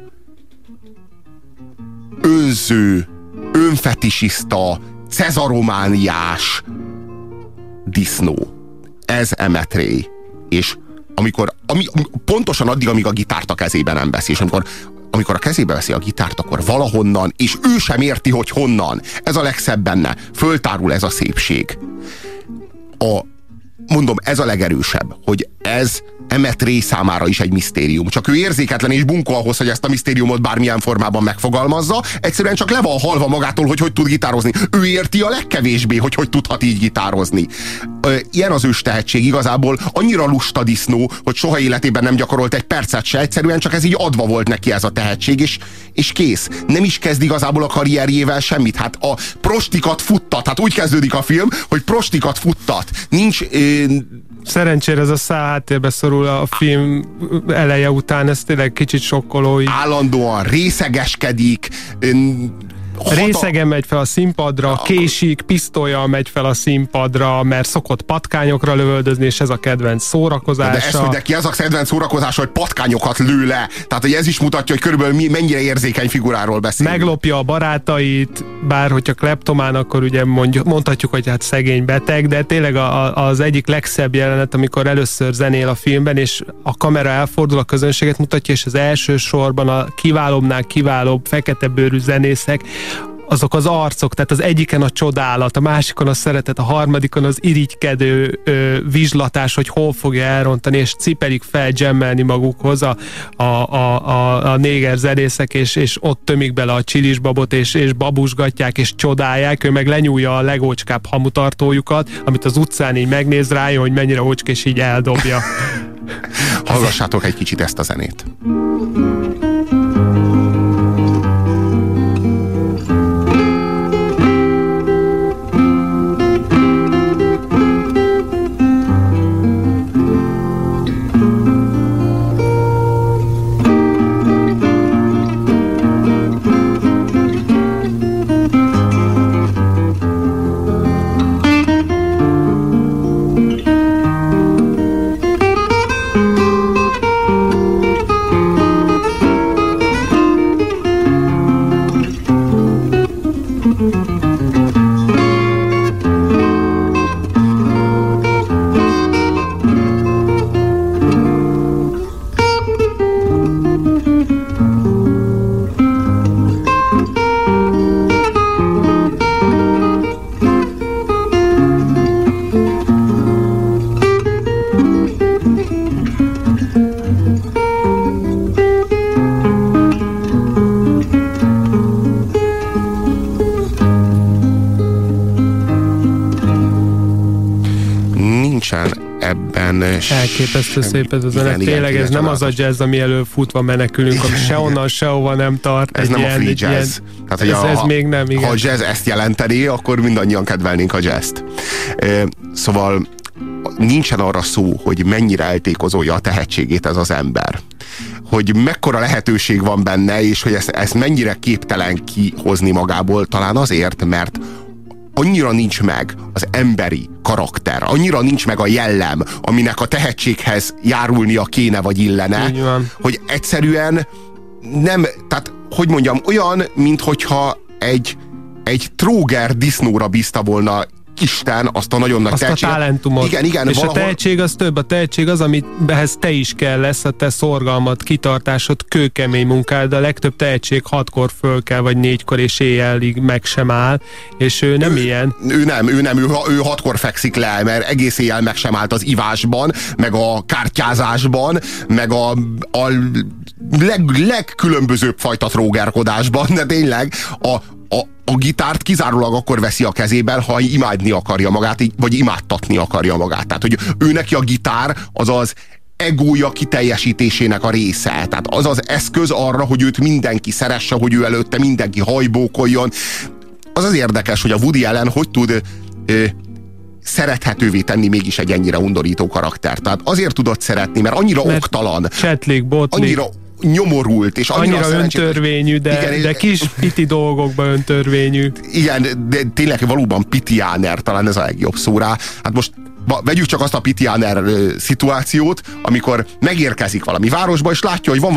önző, önfetisiszta, cezaromániás disznó. Ez Emmett Ray. És amikor, ami, pontosan addig, amíg a gitárt a kezében nem veszi, és amikor amikor a kezébe veszi a gitárt, akkor valahonnan, és ő sem érti, hogy honnan. Ez a legszebb benne. Föltárul ez a szépség. A, mondom, ez a legerősebb, hogy ez Emmett Ray számára is egy misztérium. Csak ő érzéketlen és bunkó ahhoz, hogy ezt a misztériumot bármilyen formában megfogalmazza. Egyszerűen csak le van halva magától, hogy hogy tud gitározni. Ő érti a legkevésbé, hogy hogy tudhat így gitározni. Ilyen az ős tehetség igazából. Annyira lusta disznó, hogy soha életében nem gyakorolt egy percet se. Egyszerűen csak ez így adva volt neki ez a tehetség, és, és kész. Nem is kezd igazából a karrierjével semmit. Hát a prostikat futtat. Hát úgy kezdődik a film, hogy prostikat futtat. Nincs... Ö, Szerencsére ez a szál háttérbe szorul a film eleje után, ez tényleg kicsit sokkoló. Így. Állandóan részegeskedik, Hata... Részegen megy fel a színpadra, késik, pisztollyal megy fel a színpadra, mert szokott patkányokra lövöldözni, és ez a kedvenc szórakozása. De ezt mondja ki, ez a kedvenc szórakozása, hogy patkányokat lő le. Tehát, hogy ez is mutatja, hogy körülbelül mi, mennyire érzékeny figuráról beszélünk. Meglopja a barátait, bár hogyha kleptomán, akkor ugye mondjuk, mondhatjuk, hogy hát szegény beteg, de tényleg a, a, az egyik legszebb jelenet, amikor először zenél a filmben, és a kamera elfordul, a közönséget mutatja, és az első sorban a kiválóbbnál kiválóbb fekete bőrű zenészek, azok az arcok, tehát az egyiken a csodálat, a másikon a szeretet, a harmadikon az irigykedő ö, vizslatás, hogy hol fogja elrontani, és cipelik fel dzsemmelni magukhoz a, a, a, a, a néger zenészek, és, és ott tömik bele a csilisbabot, és, és babusgatják, és csodálják, ő meg lenyúlja a legócskább hamutartójukat, amit az utcán így megnéz rája, hogy mennyire ócska, és így eldobja. Hallgassátok egy kicsit ezt a zenét. Elképesztő szép ez a zene. Tényleg ez nem az a jazz, ami elől futva menekülünk, ami sehonnan, sehova nem tart. Ez nem ilyen, a free jazz. Ilyen, Tehát, ez, a, ez még nem, igen. Ha a jazz ezt jelenteni, akkor mindannyian kedvelnénk a jazzt. Szóval nincsen arra szó, hogy mennyire eltékozolja a tehetségét ez az ember. Hogy mekkora lehetőség van benne, és hogy ezt, ezt mennyire képtelen kihozni magából, talán azért, mert annyira nincs meg az emberi karakter, annyira nincs meg a jellem, aminek a tehetséghez járulnia kéne vagy illene, hogy egyszerűen nem, tehát hogy mondjam, olyan, minthogyha egy, egy tróger disznóra bízta volna Isten azt a nagyon nagy azt tehetséget. A talentumot. Igen, igen, és valahol... a tehetség az több, a tehetség az, amit ehhez te is kell lesz, a te szorgalmat, kitartásod, kőkemény munkád, de a legtöbb tehetség hatkor föl kell, vagy négykor és éjjelig meg sem áll, és ő nem ő, ilyen. Ő nem, ő nem, ő, ő hatkor fekszik le, mert egész éjjel meg sem állt az ivásban, meg a kártyázásban, meg a, a leg, legkülönbözőbb fajta trógerkodásban, de tényleg a A, a gitárt kizárólag akkor veszi a kezében, ha imádni akarja magát, vagy imádtatni akarja magát. Tehát, hogy ő neki a gitár az az egója kiteljesítésének a része. Tehát az az eszköz arra, hogy őt mindenki szeresse, hogy ő előtte mindenki hajbókoljon. Az az érdekes, hogy a Woody Allen hogy tud ö, szerethetővé tenni mégis egy ennyire undorító karakter. Tehát azért tudott szeretni, mert annyira mert oktalan. Csetlik, botlik. Annyira nyomorult, és annyira, annyira öntörvényű, de, igen, de kis piti dolgokban öntörvényű. Igen, de tényleg valóban pitiáner, talán ez a legjobb szó rá. Hát most vegyük csak azt a pitiáner szituációt, amikor megérkezik valami városba, és látja, hogy van valami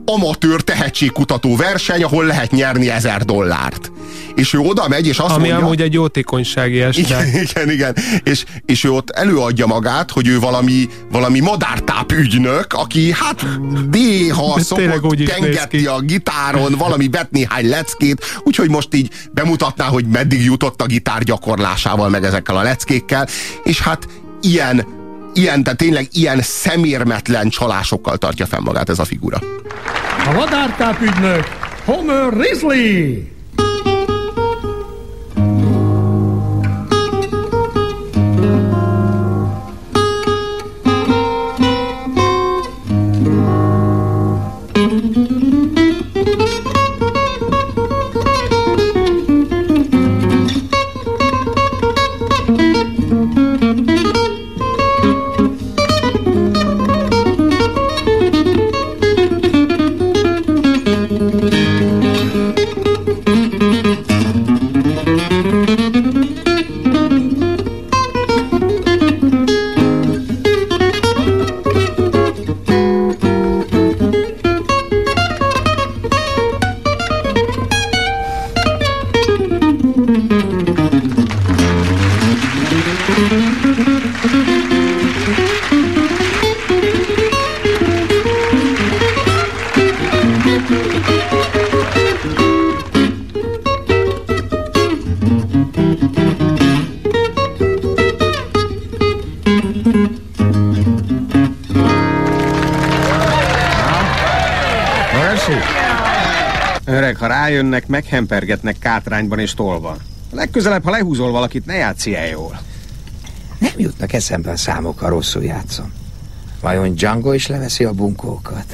amatőr tehetségkutató verseny, ahol lehet nyerni ezer dollárt. És ő oda megy, és azt Ami mondja... Ami amúgy egy jótékonysági este. Igen, igen, igen. És, és ő ott előadja magát, hogy ő valami, valami madártáp ügynök, aki hát néha szokott tengetni a gitáron, valami vett néhány leckét, úgyhogy most így bemutatná, hogy meddig jutott a gitár gyakorlásával, meg ezekkel a leckékkel, és hát ilyen, ilyen, tehát tényleg ilyen szemérmetlen csalásokkal tartja fenn magát ez a figura. A madártáp ügynök Homer Risley! Öreg, ha rájönnek, meghempergetnek kátrányban és tolban. Legközelebb, ha lehúzol valakit, ne játsszj el jól. Nem jutnak eszembe a számok, ha rosszul játszom. Vajon Django is leveszi a bunkókat?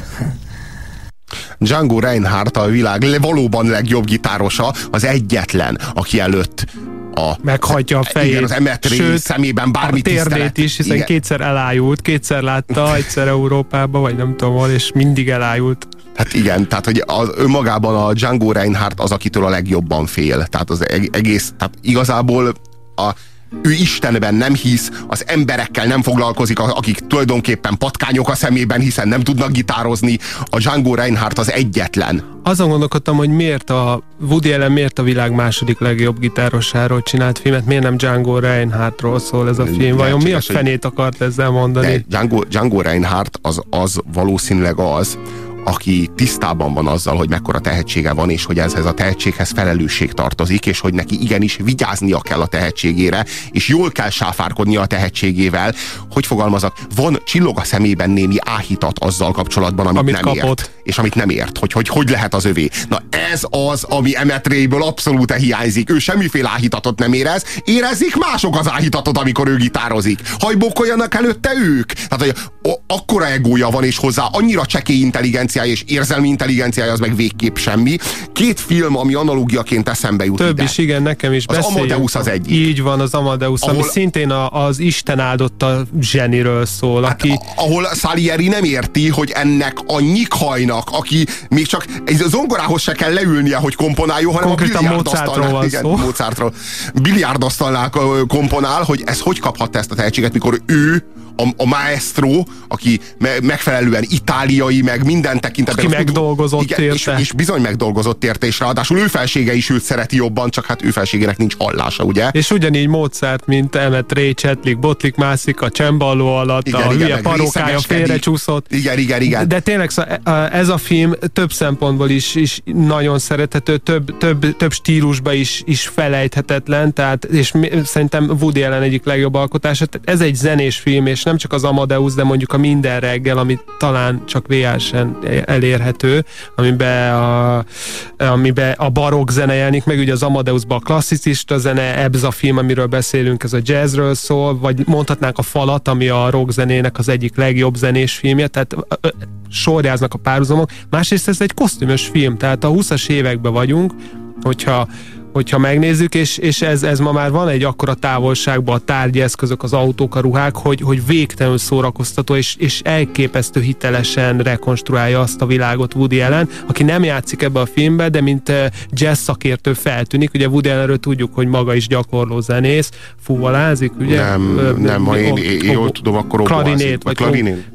Django Reinhardt a világ valóban legjobb gitárosa, az egyetlen, aki előtt a, meghajtja a fejét. Igen, az Emmett Ray szemében bármit tisztelet. A térdét is, hiszen igen. Kétszer elájult, kétszer látta, egyszer Európában, vagy nem tudom hol, és mindig elájult. Hát igen, tehát hogy az, önmagában a Django Reinhardt az, akitől a legjobban fél. Tehát az egész, tehát igazából a ő Istenben nem hisz, az emberekkel nem foglalkozik, akik tulajdonképpen patkányok a szemében, hiszen nem tudnak gitározni. A Django Reinhardt az egyetlen. Azon gondolkodtam, hogy miért a Woody Allen miért a világ második legjobb gitárosáról csinált filmet, miért nem Django Reinhardtról szól ez a film. Vajon mi a fenét akart ezzel mondani? Django, Django Reinhardt az, az valószínűleg az, aki tisztában van azzal, hogy mekkora tehetsége van, és hogy ezhez a tehetséghez felelősség tartozik, és hogy neki igenis vigyáznia kell a tehetségére, és jól kell sáfárkodnia a tehetségével. Hogy fogalmazok, van csillog a szemében némi áhítat azzal kapcsolatban, amit, amit nem kapott. ért. És amit nem ért, hogy, hogy hogy lehet az övé. Na ez az, ami Emmett Rayből abszolút hiányzik. Ő semmiféle áhítatot nem érez, érezzék mások az áhítatot, amikor ő gitározik. Hajbókoljanak előtte ők. Tehát, hogy akkora egója van, és hozzá annyira csekély intelligenciája és érzelmi intelligenciája, az meg végképp semmi. Két film, ami analógiaként eszembe jut. Több ide. is, igen, nekem is. Az beszéljünk. Amadeus az egyik. Így van, az Amadeus, ahol, ami szintén a, az Isten áldotta zseniről szól. Hát, aki... ahol Salieri nem érti, hogy ennek a nyikhajnak, aki még csak egy zongorához se kell leülnie, hogy komponáljon, hanem konkrétan a biliárdasztalnál, igen, Mozartról, biliárdasztalnál komponál, hogy ez hogy kaphatta ezt a tehetséget, mikor ő A, a maestro, aki me, megfelelően itáliai, meg minden tekintetben. Aki megdolgozott igen, érte. És, és bizony megdolgozott érte, és ráadásul ő felsége is őt szereti jobban, csak hát ő felségének nincs hallása, ugye? És ugyanígy Mozart, mint Emmett Ray, csetlik, botlik, mászik a csembaló alatt, igen, a igen, hülye parókája félrecsúszott. Igen, igen, igen. De tényleg ez a film több szempontból is, is nagyon szerethető, több, több, több stílusba is, is felejthetetlen, tehát, és szerintem Woody Allen egyik legjobb alkotása. Ez egy zenés film, és nem csak az Amadeus, de mondjuk a Minden reggel, ami talán csak vé er es-en elérhető, amiben a, amiben a barokk zene jelenik meg, ugye az Amadeusban a klasszicista zene, ez a film, amiről beszélünk, ez a jazzről szól, vagy mondhatnánk a Falat, ami a rock zenének az egyik legjobb zenés filmje, tehát sorjáznak a párhuzamok. Másrészt ez egy kosztümös film, tehát a húszas években vagyunk, hogyha hogyha megnézzük, és, és ez, ez ma már van egy akkora távolságban a tárgyi eszközök, az autók, a ruhák, hogy, hogy végtelenül szórakoztató, és, és elképesztő hitelesen rekonstruálja azt a világot Woody Allen, aki nem játszik ebbe a filmbe, de mint jazz szakértő feltűnik. Ugye Woody Allenről tudjuk, hogy maga is gyakorló zenész, fuvalázik, ugye? Nem, ö, nem, ha én, én, én jól tudom, akkor klarinét, vagy klarinét.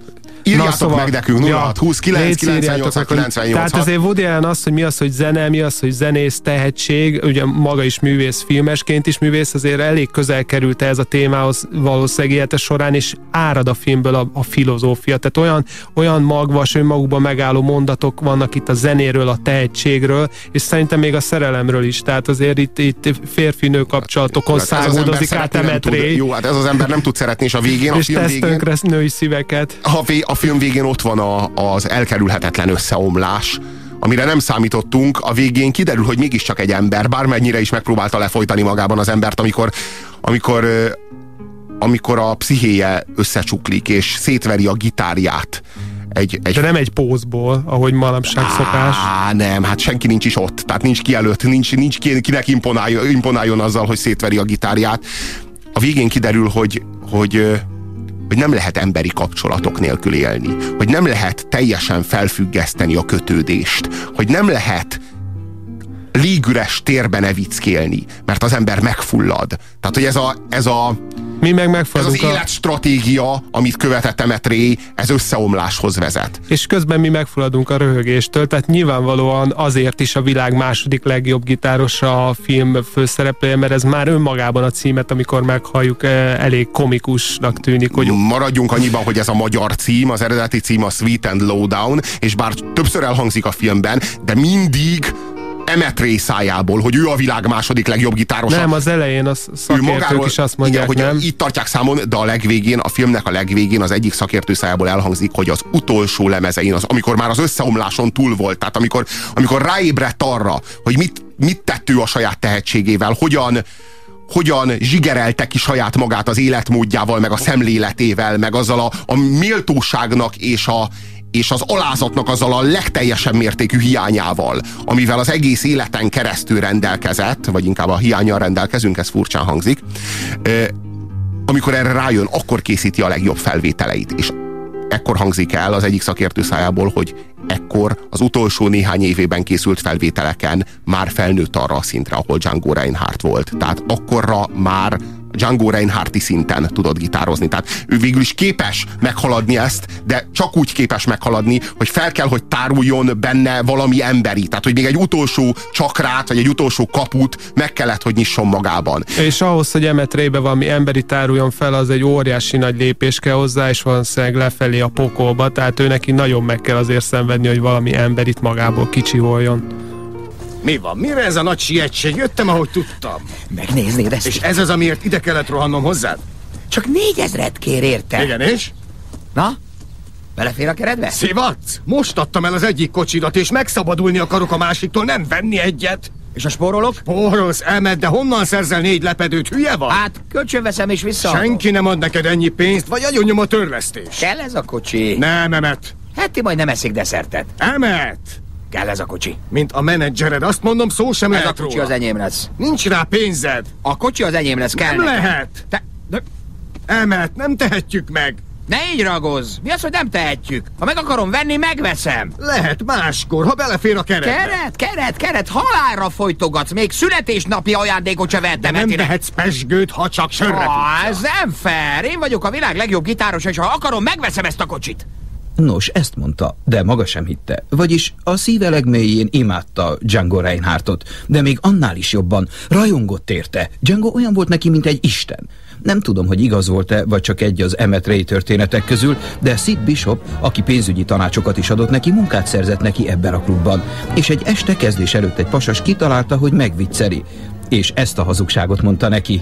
Írjátok szóval, meg nekünk nulla hat húsz kilenc kilencvennyolc kilencvennyolc. Tehát azért Woody Allen az, hogy mi az, hogy zene, mi az, hogy zenész, tehetség, ugye maga is művész, filmesként is művész, azért elég közel került ez a témához valószínűleg élete során, és árad a filmből a, a filozófia. Tehát olyan, olyan magvas, önmagukban megálló mondatok vannak itt a zenéről, a tehetségről, és szerintem még a szerelemről is. Tehát azért itt, itt férfi-nő kapcsolatokon hát száguldozik át Emmett Ray. Jó, hát ez az ember nem tud szeretni, és a végén, a és film végén... És tesz női szíveket. A, vé, a film végén ott van a, az elkerülhetetlen összeomlás, amire nem számítottunk. A végén kiderül, hogy mégiscsak egy ember, bármennyire is megpróbálta lefolytani magában az embert, amikor, amikor, amikor a pszichéje összecsuklik, és szétveri a gitárját. Egy, egy... De nem egy pózból, ahogy manapság szokás. Á, nem, hát senki nincs is ott. Tehát nincs ki előtt, nincs, nincs ki, kinek imponáljon, imponáljon azzal, hogy szétveri a gitárját. A végén kiderül, hogy, hogy, hogy nem lehet emberi kapcsolatok nélkül élni. Hogy nem lehet teljesen felfüggeszteni a kötődést. Hogy nem lehet légüres térben evickélni, mert az ember megfullad. Tehát, hogy ez a, ez a Mi meg megfordulunk. Ez az életstratégia, amit követett Emmett Ray, ez összeomláshoz vezet. És közben mi megfulladunk a röhögéstől, tehát nyilvánvalóan azért is a világ második legjobb gitárosa a film főszereplője, mert ez már önmagában a címet, amikor meghalljuk, elég komikusnak tűnik. Hogy... Maradjunk annyiban, hogy ez a magyar cím, az eredeti cím a Sweet and Lowdown, és bár többször elhangzik a filmben, de mindig Emmett Ray szájából, hogy ő a világ második legjobb gitárosa. Nem, az elején a szakértők magáról, is azt mondják, igen, nem? Hogy itt tartják számon, de a legvégén, a filmnek a legvégén az egyik szakértő szájából elhangzik, hogy az utolsó lemezein, az, amikor már az összeomláson túl volt, tehát amikor, amikor ráébredt arra, hogy mit, mit tett ő a saját tehetségével, hogyan hogyan zsigerelte ki saját magát az életmódjával, meg a szemléletével, meg azzal a, a méltóságnak és a és az alázatnak azzal a legteljesebb mértékű hiányával, amivel az egész életen keresztül rendelkezett, vagy inkább a hiánnyal rendelkezünk, ez furcsán hangzik, amikor erre rájön, akkor készíti a legjobb felvételeit, és ekkor hangzik el az egyik szakértő szájából, hogy ekkor az utolsó néhány évében készült felvételeken már felnőtt arra a szintre, ahol Django Reinhardt volt. Tehát akkorra már Django Reinhardt-i szinten tudott gitározni. Tehát ő végül is képes meghaladni ezt, de csak úgy képes meghaladni, hogy fel kell, hogy táruljon benne valami emberi. Tehát, hogy még egy utolsó csakrát, vagy egy utolsó kaput meg kellett, hogy nyisson magában. És ahhoz, hogy Emmett Raybe valami emberi táruljon fel, az egy óriási nagy lépés kell hozzá, és valószínűleg lefelé a pokolba. Tehát ő neki nagyon meg kell azért szenvedni, hogy valami emberit magából kicsiholjon. Mi van? Mire ez a nagy sietség? Jöttem, ahogy tudtam. Megnéznéd ezt? És ez az, amiért ide kellett rohannom hozzád? Csak négyezret kér érte. Igen, és? Na? Belefér a keredbe? Szivatsz! Most adtam el az egyik kocsidat, és megszabadulni akarok a másiktól, nem venni egyet. És a spórolok? Spórolsz, Emmett, de honnan szerzel négy lepedőt? Hülye vagy? Hát, kölcsönveszem és visszaadom. Senki nem ad neked ennyi pénzt, vagy agyonnyom a törlesztés. Kell ez a kocsi? Nem, Emmett. Hát ti majd nem eszik desszertet. Emmett! Kell ez a kocsi. Mint a menedzsered, azt mondom, szó sem ez lehet a kocsi róla. Az enyém lesz. Nincs rá pénzed. A kocsi az enyém lesz, kell. Nem nekem. lehet. Te... De... Emmett, nem tehetjük meg. Ne így ragozz! Mi az, hogy nem tehetjük? Ha meg akarom venni, megveszem! Lehet máskor, ha belefér a keretbe. Keret, keret, keret, halálra folytogatsz! Még születésnapi ajándékot se vettem. De nem vehetsz pesgőt, ha csak sörre ah, ez nem fair! Én vagyok a világ legjobb gitárosa, és ha akarom, megveszem ezt a kocsit! Nos, ezt mondta, de maga sem hitte. Vagyis a szíve legmélyén imádta Django Reinhardtot, de még annál is jobban rajongott érte. Django olyan volt neki, mint egy isten. Nem tudom, hogy igaz volt-e, vagy csak egy az Emmett Ray történetek közül, de Sid Bishop, aki pénzügyi tanácsokat is adott neki, munkát szerzett neki ebben a klubban. És egy este kezdés előtt egy pasas kitalálta, hogy megvicceli. És ezt a hazugságot mondta neki.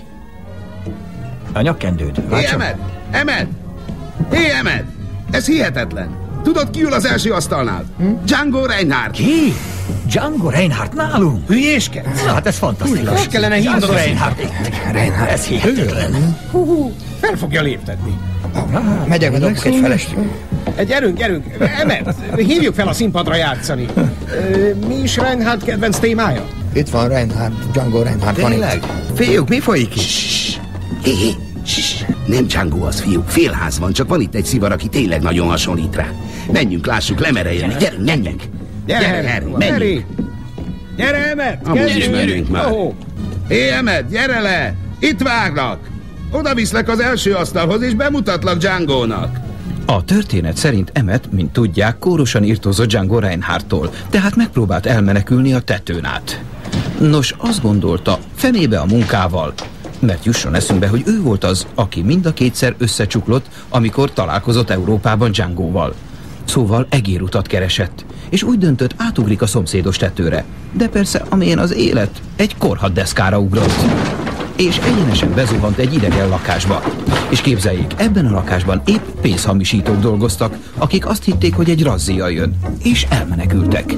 A nyakkendőd. Hé, Emmett! Emmett! Hé, Emmett! Ez hihetetlen! Tudod, ki ül az első asztalnál? Hm? Django Reinhardt! Ki? Django Reinhardt nálunk? Hülyéskedsz? Na, hát ez fantasztikus. Meg kellene hívnod Django Reinhardt. Reinhardt. Ez hihetetlen. Hú, fel fogja léptetni. Ah, megyek, bedobok egy felest. Gyerünk, gyerünk! Emmett, hívjuk fel a színpadra játszani. Mi is Reinhardt kedvenc témája? Itt van Reinhardt, Django Reinhardt van itt. Fiúk, mi folyik itt? Hé, hé, nem Django az, fiúk. Félház van, csak van itt egy szivar, aki tényleg nagyon hasonlít rá. Menjünk, lássuk, lemereljenek. Gyerünk, menjünk. Gyere, Harry, menjünk. Gyere, Emmett! Amúgy is menjünk már. Hé, Emmett, gyere le! Itt várlak! Oda viszlek az első asztalhoz, és bemutatlak Django-nak. A történet szerint Emmet, mint tudják, kórosan irtózott Django Reinhardttól, tehát megpróbált elmenekülni a tetőn át. Nos, azt gondolta, fenébe a munkával, mert jusson eszünkbe, hogy ő volt az, aki mind a kétszer összecsuklott, amikor találkozott Európában Djangoval. Szóval egérutat keresett, és úgy döntött, átugrik a szomszédos tetőre. De persze, amilyen az élet, egy korhaddeszkára ugrott. És egyenesen bezuhant egy idegen lakásba. És képzeljék, ebben a lakásban épp pénzhamisítók dolgoztak, akik azt hitték, hogy egy razzia jön, és elmenekültek.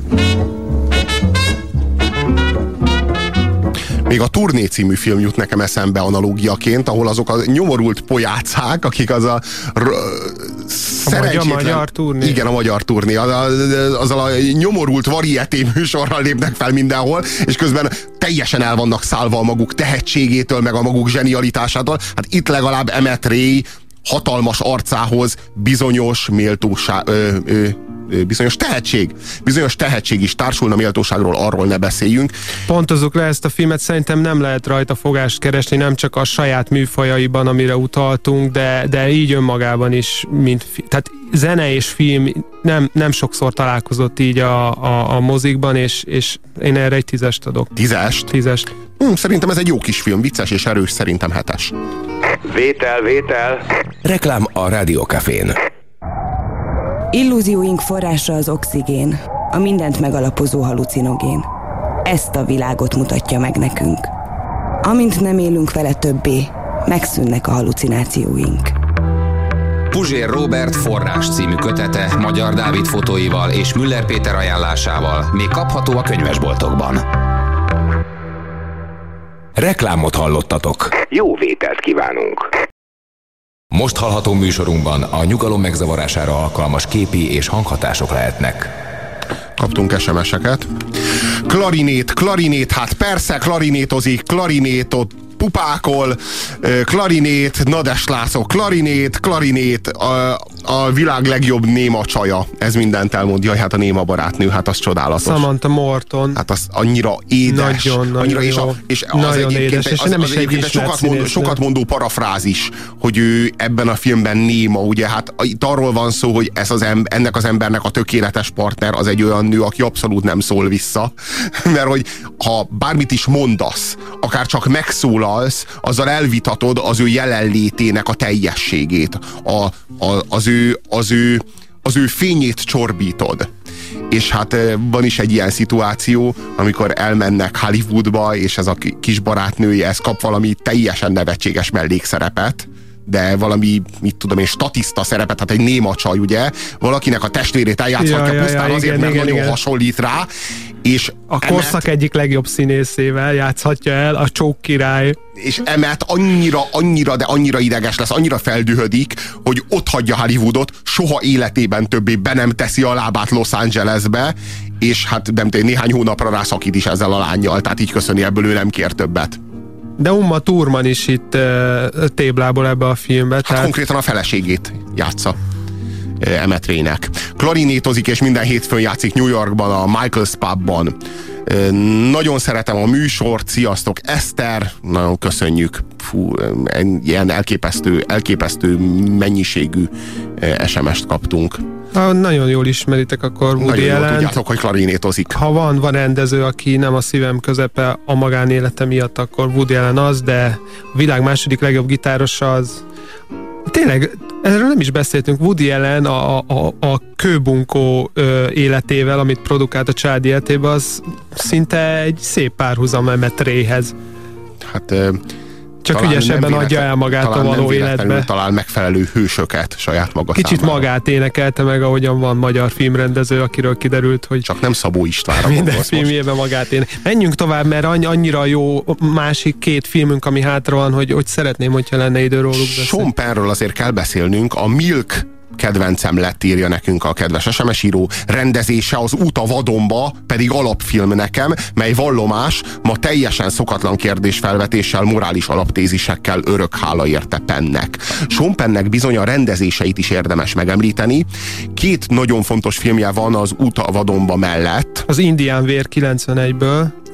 Még a Turné című film jut nekem eszembe analógiaként, ahol azok a nyomorult pojácák, akik az a, a szerencsétlen... A magyar turné. Igen, a magyar turné. Az, azzal a nyomorult varieté műsorral lépnek fel mindenhol, és közben teljesen el vannak szállva a maguk tehetségétől, meg a maguk zsenialitásától. Hát itt legalább Emmett Ray hatalmas arcához bizonyos méltóság... Ö, ö, bizonyos tehetség, bizonyos tehetség is társulna, méltóságról arról ne beszéljünk. Pontozzuk le ezt a filmet, szerintem nem lehet rajta fogást keresni, nem csak a saját műfajaiban, amire utaltunk, de, de így önmagában is, mint, tehát zene és film nem, nem sokszor találkozott így a, a, a mozikban, és, és én erre egy tízest adok. Tízest? Tízest. Hm, szerintem ez egy jó kis film, vicces és erős, szerintem hetes. Vétel, vétel. Reklám a Rádiókafén. Illúzióink forrása az oxigén, a mindent megalapozó halucinogén. Ezt a világot mutatja meg nekünk. Amint nem élünk vele többé, megszűnnek a halucinációink. Puzsér Róbert Forrás című kötete Magyar Dávid fotóival és Müller Péter ajánlásával még kapható a könyvesboltokban. Reklámot hallottatok. Jó vételt kívánunk! Most hallható műsorunkban a nyugalom megzavarására alkalmas képi és hanghatások lehetnek. Kaptunk es em es-eket. Klarinét, klarinét, hát persze klarinétozik, klarinétot pupákol, klarinét, Nades László, klarinét, klarinét, a, a világ legjobb néma csaja. Ez mindent elmond. Jaj, hát a néma barátnő, hát az csodálatos. Samantha Morton. Hát az annyira édes. Nagyon, annyira, nagyon és, a, és az nagyon édes, és az, nem az is egy sokat, mond, sokat mondó parafrázis, hogy ő ebben a filmben néma, ugye, hát itt arról van szó, hogy ez az ember, ennek az embernek a tökéletes partner az egy olyan nő, aki abszolút nem szól vissza. Mert hogy ha bármit is mondasz, akár csak megszólalsz, azzal elvitatod az ő jelenlétének a teljességét. A, a, az, ő, az, ő, az ő fényét csorbítod. És hát van is egy ilyen szituáció, amikor elmennek Hollywoodba, és ez a kis barátnője, ez kap valami teljesen nevetséges mellékszerepet, de valami, mit tudom én, statiszta szerepet, tehát egy néma csaj, ugye? Valakinek a testvérét eljátszhatja ja, pusztán ja, ja, azért, igen, mert igen, nagyon igen. hasonlít rá, és a korszak Emmet, egyik legjobb színészével játszhatja el, a Csók király. És Emmet annyira, annyira, de annyira ideges lesz, annyira feldühödik, hogy ott hagyja Hollywoodot, soha életében többé be nem teszi a lábát Los Angelesbe, és hát nem tudom, néhány hónapra rászakít is ezzel a lánnyal, tehát így köszöni, ebből ő nem kér többet. De Uma Thurman is itt uh, téblából ebbe a filmbe. Hát tehát... konkrétan a feleségét játsza uh, Emmett Raynek. Klarinétozik, és minden hétfőn játszik New Yorkban, a Michael's Pubban. Uh, nagyon szeretem a műsort, sziasztok Eszter, nagyon köszönjük. Fú, ilyen elképesztő, elképesztő mennyiségű uh, es em es-t kaptunk. Ha nagyon jól ismeritek, akkor Woody Allen. Tudjátok, hogy klarinétozik. Ha van, van rendező, aki nem a szívem közepe a magánélete miatt, akkor Woody Allen az, de a világ második legjobb gitárosa az... Tényleg, erről nem is beszéltünk. Woody Allen a, a, a kőbunkó ö, életével, amit produkált a család életében, az szinte egy szép párhuzam Emmett Rayhez. Hát... Ö... Csak talán ügyesebben adja el magát a való életbe. Talán megfelelő hősöket saját maga Kicsit számára. magát énekelte meg, ahogyan van magyar filmrendező, akiről kiderült, hogy... Csak nem Szabó Istvánra minden filmjében magát énekel. Menjünk tovább, mert annyira jó másik két filmünk, ami hátra van, hogy, hogy szeretném, hogyha lenne idő róluk. Sean Pennről azért kell beszélnünk. A Milk kedvencem lett, írja nekünk a kedves es em es író. Rendezése az Út a vadonba pedig alapfilm nekem, mely vallomás, ma teljesen szokatlan kérdésfelvetéssel, morális alaptézisekkel örök hála érte Pennnek. Sean Pennnek bizony a rendezéseit is érdemes megemlíteni. Két nagyon fontos filmje van az Út a vadonba mellett. Az Indián vér kilencvenegyből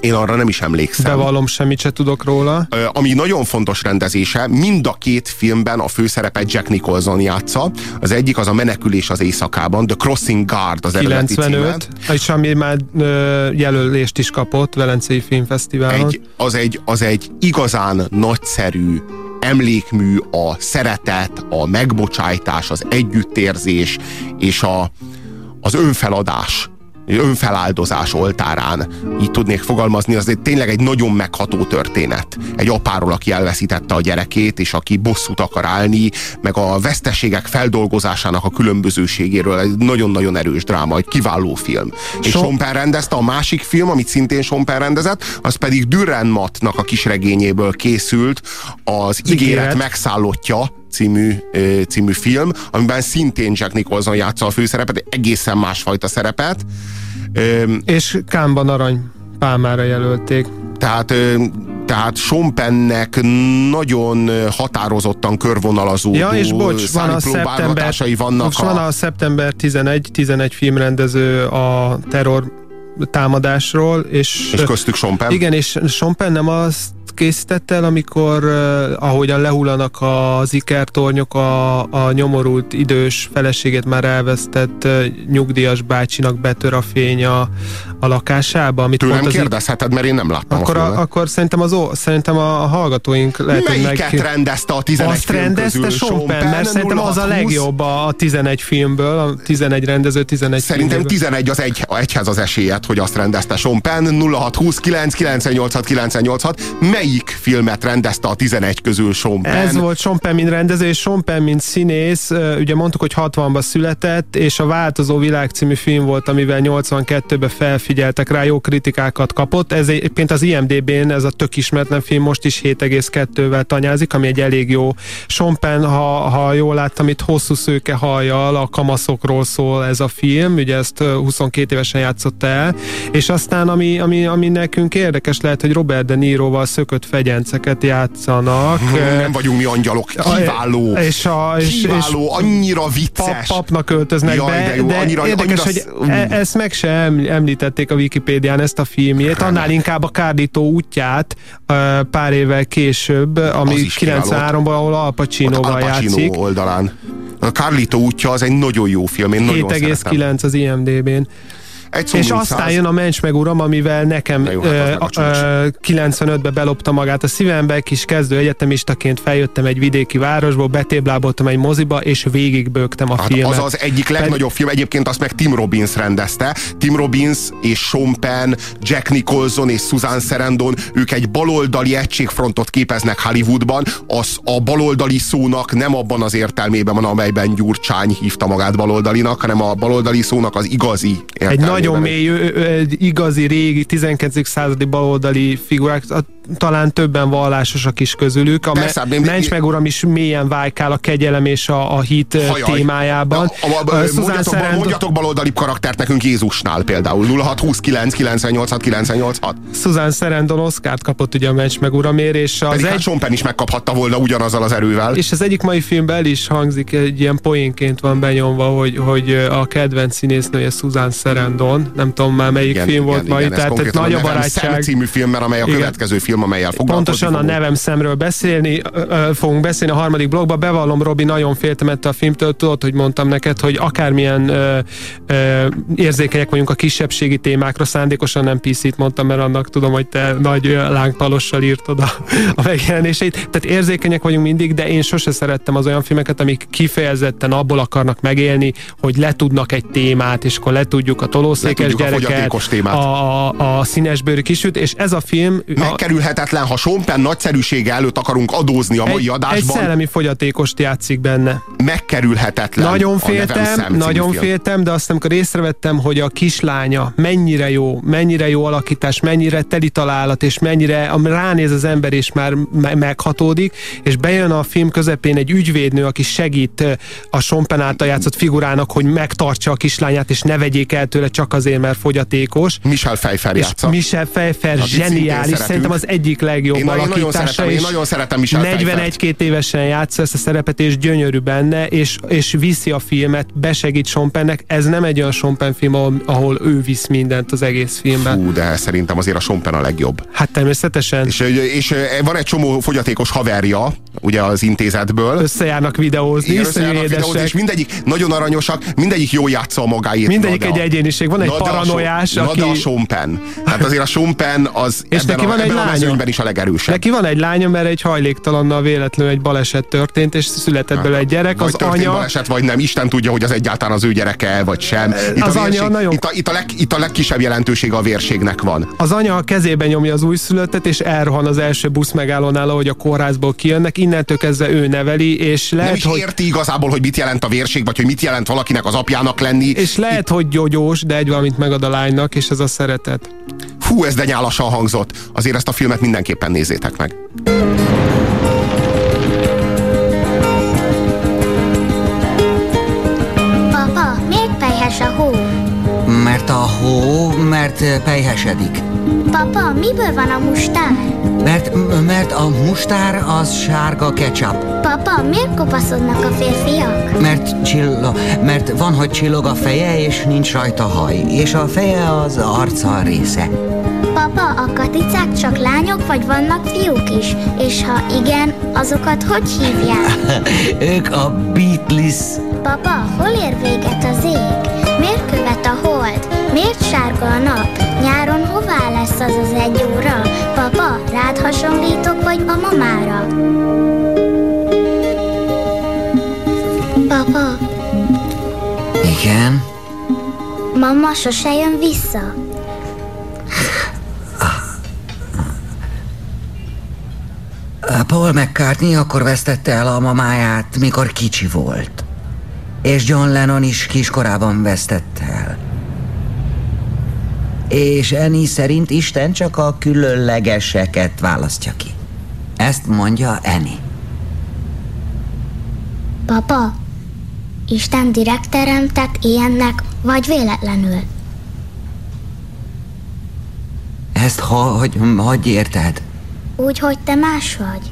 Én arra nem is emlékszem. Bevallom, semmit se tudok róla. Ami nagyon fontos rendezése, mind a két filmben a főszerepet Jack Nicholson játsza. Az egyik az a Menekülés az éjszakában, The Crossing Guard az eredeti kilencvenöt, és ami már ö, jelölést is kapott Velencei Filmfesztiválon. Egy, az, egy, az egy igazán nagyszerű emlékmű a szeretet, a megbocsájtás, az együttérzés és a, az önfeladás, önfeláldozás oltárán, így tudnék fogalmazni, az tényleg egy nagyon megható történet. Egy apáról, aki elveszítette a gyerekét, és aki bosszút akar állni, meg a veszteségek feldolgozásának a különbözőségéről. Egy nagyon-nagyon erős dráma, egy kiváló film. So- és Sean Penn rendezte a másik film, amit szintén Sean Penn rendezett, az pedig Duran Mattnak a kisregényéből készült, az Ígéret, Ígéret megszállottja című, című film, amiben szintén Jack Nicholson játsza a főszerepet, egy egészen másfajta szerepet. És Cannes-ban arany pálmára jelölték. Tehát, tehát Sean Pennnek nagyon határozottan körvonalazódó ja, és bocs, van a szeptember, vannak. A... van a szeptember tizenegy, tizenegy filmrendező a terror támadásról, és, és köztük Sean Penn. Igen, és Sean Penn nem azt készítette el, amikor uh, ahogyan lehullanak az ikertornyok, a, a nyomorult idős feleségét már elvesztett uh, nyugdíjas bácsinak betör a fény a, a lakásába. Amit Tőlem kérdezheted, mert én nem láttam akkor, a, akkor szerintem, az, szerintem a hallgatóink lehet, melyiket meg... rendezte a tizenegy azt film rendezte közül? Sean Penn, mert szerintem az a legjobb a tizenegy filmből, a tizenegy rendező tizenegy Szerintem filmből. tizenegy az egy, egyhez az esélyed, hogy azt rendezte Sean Penn. nulla hat húsz kilenc kilencszáznyolcvanhat kilencszáznyolcvanhat. Melyik filmet rendezte a tizenegy közül Sean Penn? Ez volt Sean Penn, mint rendező, és Sean Penn, mint színész, ugye mondtuk, hogy hatvanban született, és a Változó világ című film volt, amivel nyolcvankettőben felfigyeltek rá, jó kritikákat kapott. Ez egyébként az I M D B-n ez a tök ismeretlen film most is hét egész kettővel tanyázik, ami egy elég jó. Sean Penn, ha, ha jól láttam, itt hosszú szőke hajjal, a kamaszokról szól ez a film, ugye ezt huszonkét évesen játszott el, és aztán ami, ami, ami nekünk érdekes lehet, hogy Robert De Niroval szökött fegyenceket játszanak. Nem vagyunk mi angyalok, kiváló, és a, és, kiváló, és annyira vicces. Pap, papnak öltöznek Jaj, be, de, jó, de annyira, érdekes, annyira... hogy e, ezt meg sem említették a Wikipédián, ezt a filmjét, annál inkább a Kárdító útját pár évvel később, ami kilencvenháromban, ahol Al Pacinoval Al Pacino játszik. oldalán. A Carlito útja az egy nagyon jó film, én nagyon hét egész kilenc az I M D B-n. És aztán száz... jön a Mencs meg uram, amivel nekem jó, hát ö, ö, kilencvenötben belopta magát a szívembe, kis kezdő egyetemistaként feljöttem egy vidéki városból, betébláboltam egy moziba, és végigbögtem a hát filmet. Az az egyik legnagyobb Ped... film, egyébként azt meg Tim Robbins rendezte. Tim Robbins és Sean Penn, Jack Nicholson és Susan Sarandon, ők egy baloldali egységfrontot képeznek Hollywoodban. Az a baloldali szónak nem abban az értelmében van, amelyben Gyurcsány hívta magát baloldalinak, hanem a baloldali szónak az igazi értelmében. Nagyon mély, egy igazi, régi, tizenkilencedik századi baloldali figurák, talán többen vallásosak is közülük. A Persze, me- Mencs meg uram is mélyen vájkál a kegyelem és a, a hit Hajaj. témájában. A, a, a, a, mondjatok, Sarandon... mondjatok baloldali karaktert nekünk Jézusnál például. nulla hat húsz kilenc kilencszáznyolcvanhat kilencszáznyolcvanhat. Susan Sarandon Oscart kapott ugye a Mencs meg uramért, és az Pedig egy... hát Sean Penn is megkaphatta volna ugyanazzal az erővel. És az egyik mai filmben el is hangzik, egy ilyen poénként van benyomva, hogy, hogy a kedvenc színésznője Susan Sarandon, nem tudom már melyik igen, film igen, volt majd, tehát egy nagy a barátság. Című filmmel, amely a igen. következő film, amelyel foglalkozni Pontosan fogunk. A Nevem szemről beszélni, ö, ö, fogunk beszélni a harmadik blogban. Bevallom, Robi, nagyon féltem ettől a filmtől, tudod, hogy mondtam neked, hogy akármilyen ö, ö, érzékenyek vagyunk a kisebbségi témákra, szándékosan nem pé cét mondtam, mert annak tudom, hogy te nagy lángpalossal írtad a, a megjelenéseit. Tehát érzékenyek vagyunk mindig, de én sose szerettem az olyan filmeket, amik kifejezetten abból akarnak megélni, hogy letudnak egy témát, és akkor letudjuk a tolószékes gyereket, a, a, a színesbőrű kisüt, és ez a film... Megkerülhetetlen, ha Sean Penn nagyszerűsége előtt akarunk adózni a mai egy, adásban. Egy szellemi fogyatékost játszik benne. Megkerülhetetlen. Nagyon féltem, nagyon féltem, de azt amikor észrevettem, hogy a kislánya mennyire jó, mennyire jó alakítás, mennyire teli találat, és mennyire ránéz az ember, és már me- meghatódik, és bejön a film közepén egy ügyvédnő, aki segít a Sean Penn által játszott figurának, hogy megtartsa a kislányát, és ne vegyék el tőle, csak csak azért, mert fogyatékos. Michel Pfeiffer játsza. Michel Pfeiffer zseniális, szerintem az egyik legjobb én alakítása. Nagyon szeretem, én nagyon szeretem Michel Pfeiffert. negyvenegy-két évesen játsza ezt a szerepet, és gyönyörű benne, és, és viszi a filmet, besegít Sean Pennnek. Ez nem egy olyan Sean Penn film, ahol, ahol ő visz mindent az egész filmben. Fú, de szerintem azért a Sean Penn a legjobb. Hát természetesen. És, és van egy csomó fogyatékos haverja, ugye az intézetből. Összejárnak videózni, igen, összejárnak videózni, és mindegyik nagyon aranyosak, mindegyik jól játsza a magáét. Mindegyik egy egyéniség, van egy paranoiás, aki... Na de a Sean Penn. Tehát azért a Sean Penn az és ebben, neki van a, egy ebben a mezőnyben is a legerősebb. Neki van egy lánya, mert egy hajléktalannal véletlenül egy baleset történt, és született belőle egy gyerek. Vagy az történt anya... baleset, vagy nem. Isten tudja, hogy az egyáltalán az ő gyereke, vagy sem. Itt az a, vérség, anya nagyon... itt a, itt a, leg, itt a legkisebb jelentősége a vérségnek van. Az anya a kezében nyomja az újszülöttet, és elrohan az első busz megállónál, ahogy a kórházból kijönnek. Innentől kezdve ő neveli, és lehet, nem is hogy... érti igazából, hogy mit jelent a vérség, vagy hogy mit jelent valakinek az apjának lenni. És lehet, itt... hogy gyógyós, de egy valamit megad a lánynak, és ez a szeretet. Fú, ez de nyálasan hangzott. Azért ezt a filmet mindenképpen nézzétek meg. Papa, miért pelyhes a hó? Mert a hó, mert pelyhesedik. Papa, miből van a mustár? Mert, mert a mustár az sárga ketchup. Papa, miért kopaszodnak a férfiak? Mert csillo, mert van, hogy csillog a feje, és nincs rajta haj. És a feje az arca része. Papa, a katicák csak lányok, vagy vannak fiúk is? És ha igen, azokat hogy hívják? Ők a Beatles. Papa, hol ér véget az ég? Miért követ a hold? Miért sárga a nap? Nyáron hová lesz az az egy óra? Papa, rád hasonlítok, vagy a mamára? Papa. Igen? Mama sose jön vissza. Paul McCartney akkor vesztette el a mamáját, mikor kicsi volt. És John Lennon is kiskorában vesztette el. És Annie szerint Isten csak a különlegeseket választja ki. Ezt mondja Annie. Papa, Isten direkt teremtett ilyennek, vagy véletlenül? Ezt ho, hogy, hogy érted? Úgy, hogy te más vagy.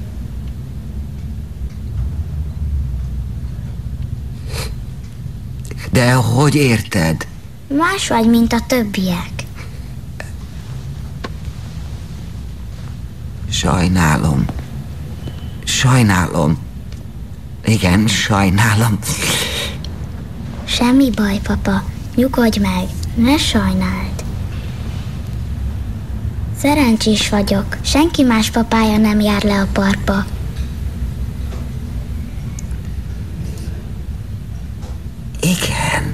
De hogy érted? Más vagy, mint a többiek. Sajnálom. Sajnálom. Igen, sajnálom. Semmi baj, papa. Nyugodj meg. Ne sajnáld. Szerencsés vagyok. Senki más papája nem jár le a parkba. Igen.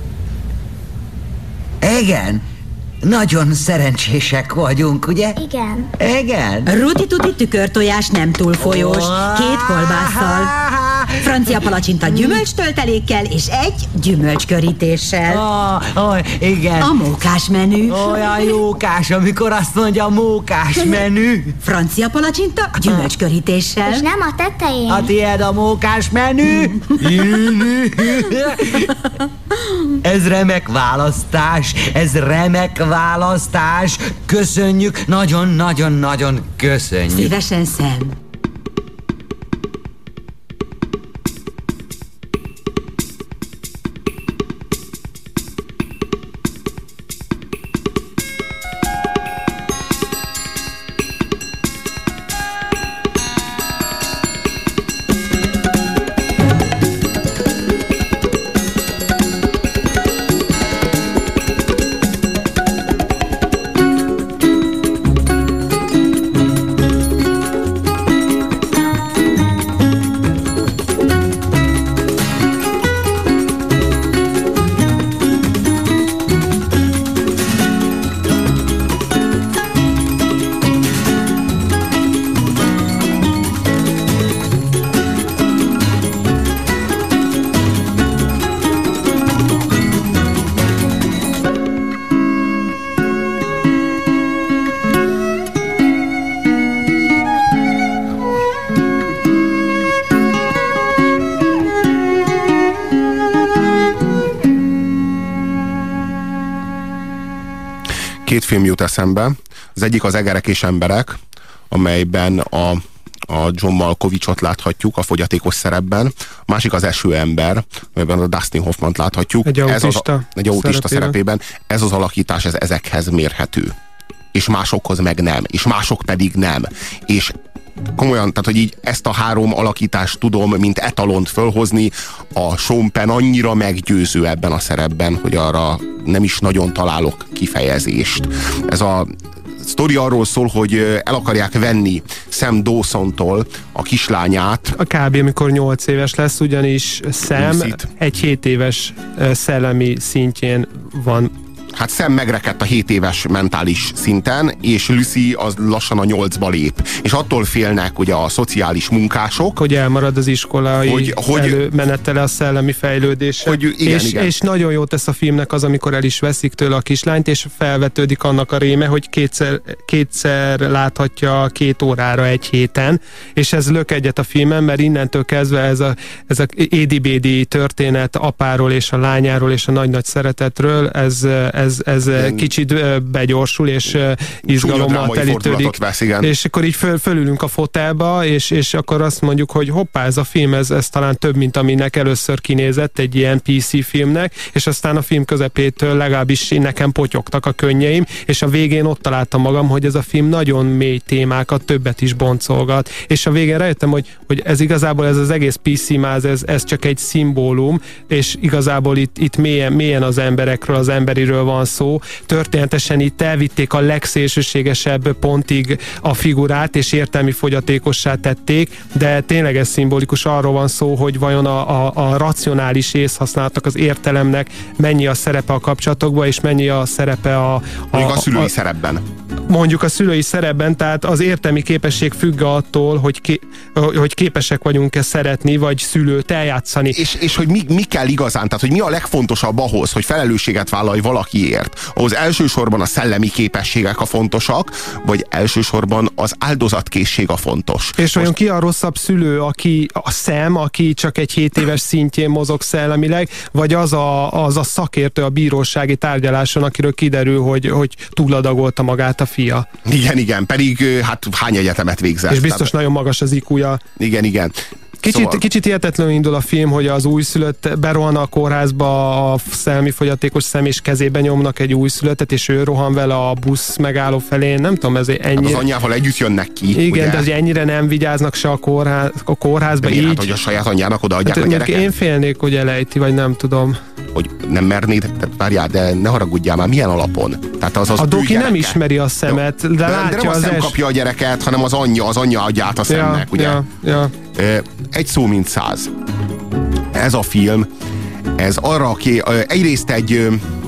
Igen. Nagyon szerencsések vagyunk, ugye? Igen. Igen. Ruti tuti tükörtojás nem túl folyós, két kolbásszal, francia palacsinta gyümölcstöltelékkel és egy gyümölcskörítéssel. Oh, oh, igen. A mókás menü. Olyan jókás, amikor azt mondja, mókás menü. Francia palacsinta gyümölcskörítéssel. És nem a tetején. A tiéd a mókás menü. Ez remek választás, ez remek választás. Köszönjük, nagyon-nagyon-nagyon köszönjük. Szívesen, Sam. két film jut eszembe. Az egyik az Egerek és emberek, amelyben a, a John Malkovichot láthatjuk a fogyatékos szerepben. A másik az Eső ember, amelyben a Dustin Hoffmant láthatjuk. Egy autista, ez az, egy autista szerepében. szerepében. Ez az alakítás, ez ezekhez mérhető. És másokhoz meg nem. És mások pedig nem. És komolyan, tehát, hogy így ezt a három alakítást tudom, mint etalont fölhozni. A Sean Penn annyira meggyőző ebben a szerepben, hogy arra nem is nagyon találok kifejezést. Ez a sztori arról szól, hogy el akarják venni Sam Dawson-tól a kislányát. A kb. Amikor nyolc éves lesz, ugyanis Sam Lucid. Egy hét éves szellemi szintjén van. Hát Sam megrekedt a hét éves mentális szinten, és Lucy az lassan a nyolcba lép. És attól félnek ugye a szociális munkások, hogy elmarad az iskolai hogy, hogy, előmenetele a szellemi fejlődése. Hogy igen, és, igen. és nagyon jót tesz a filmnek az, amikor el is veszik tőle a kislányt, és felvetődik annak a réme, hogy kétszer, kétszer láthatja két órára egy héten, és ez lök egyet a filmen, mert innentől kezdve ez a, ez a édi-bédi történet apáról és a lányáról és a nagy-nagy szeretetről, ez ez, ez kicsit begyorsul, és izgalommal telítődik. Vesz, és akkor így föl, fölülünk a fotelba, és, és akkor azt mondjuk, hogy hoppá, ez a film, ez, ez talán több, mint aminek először kinézett egy ilyen pé cé filmnek, és aztán a film közepétől legalábbis nekem potyogtak a könnyeim, és a végén ott találtam magam, hogy ez a film nagyon mély témákat, többet is boncolgat, és a végén rájöttem, hogy, hogy ez igazából ez az egész pé cé máz, ez, ez csak egy szimbólum, és igazából itt, itt mélyen, mélyen az emberekről, az emberiről van szó. Történetesen itt elvitték a legszélsőségesebb pontig a figurát, és értelmi fogyatékossá tették, de tényleg ez szimbolikus, arról van szó, hogy vajon a, a, a racionális észhasználatnak, az értelemnek mennyi a szerepe a kapcsolatokban, és mennyi a szerepe a... a mondjuk a szülői a, szerepben. Mondjuk a szülői szerepben, tehát az értelmi képesség függ attól, hogy, ké, hogy képesek vagyunk-e szeretni, vagy szülőt eljátszani. És, és hogy mi, mi kell igazán, tehát hogy mi a legfontosabb ahhoz, hogy felelősséget vállalj valakiért. Ahhoz elsősorban a szellemi képességek a fontosak, vagy elsősorban az áldozatkészség a fontos. És olyan ki a rosszabb szülő, aki a Sam, aki csak egy hét éves szintjén mozog szellemileg, vagy az a, az a szakértő a bírósági tárgyaláson, akiről kiderül, hogy, hogy túladagolta magát a fia. Igen, igen, pedig hát hány egyetemet végzett. És biztos tehát... nagyon magas az í kúja. Igen, igen. Kicsit, szóval... kicsit hihetetlenül indul a film, hogy az újszülött berohan a kórházba, a szellemi fogyatékos szem és kezébe nyomnak egy újszülöttet, és ő rohan vele a busz megálló felén. Nem tudom, ez ennyi. Hát az anyjával együtt jönnek ki. Igen, ugye? de az ennyire nem vigyáznak se a, kórház, a kórházba. De miért, így. Hát, hogy a saját anyjának odaadják hát, a gyereket? Én félnék, hogy elejti, vagy nem tudom. Hogy nem mernéd, tehát várjál, de ne haragudjál már, milyen alapon? Tehát az az a doki nem ismeri a szemet, de, de látja de nem a az szem es... kapja a gyereket, hanem az anyja, az anyja adja át a szemnek, ja, ugye? Ja, ja. Egy szó mint száz. Ez a film, ez arra, aki egyrészt egy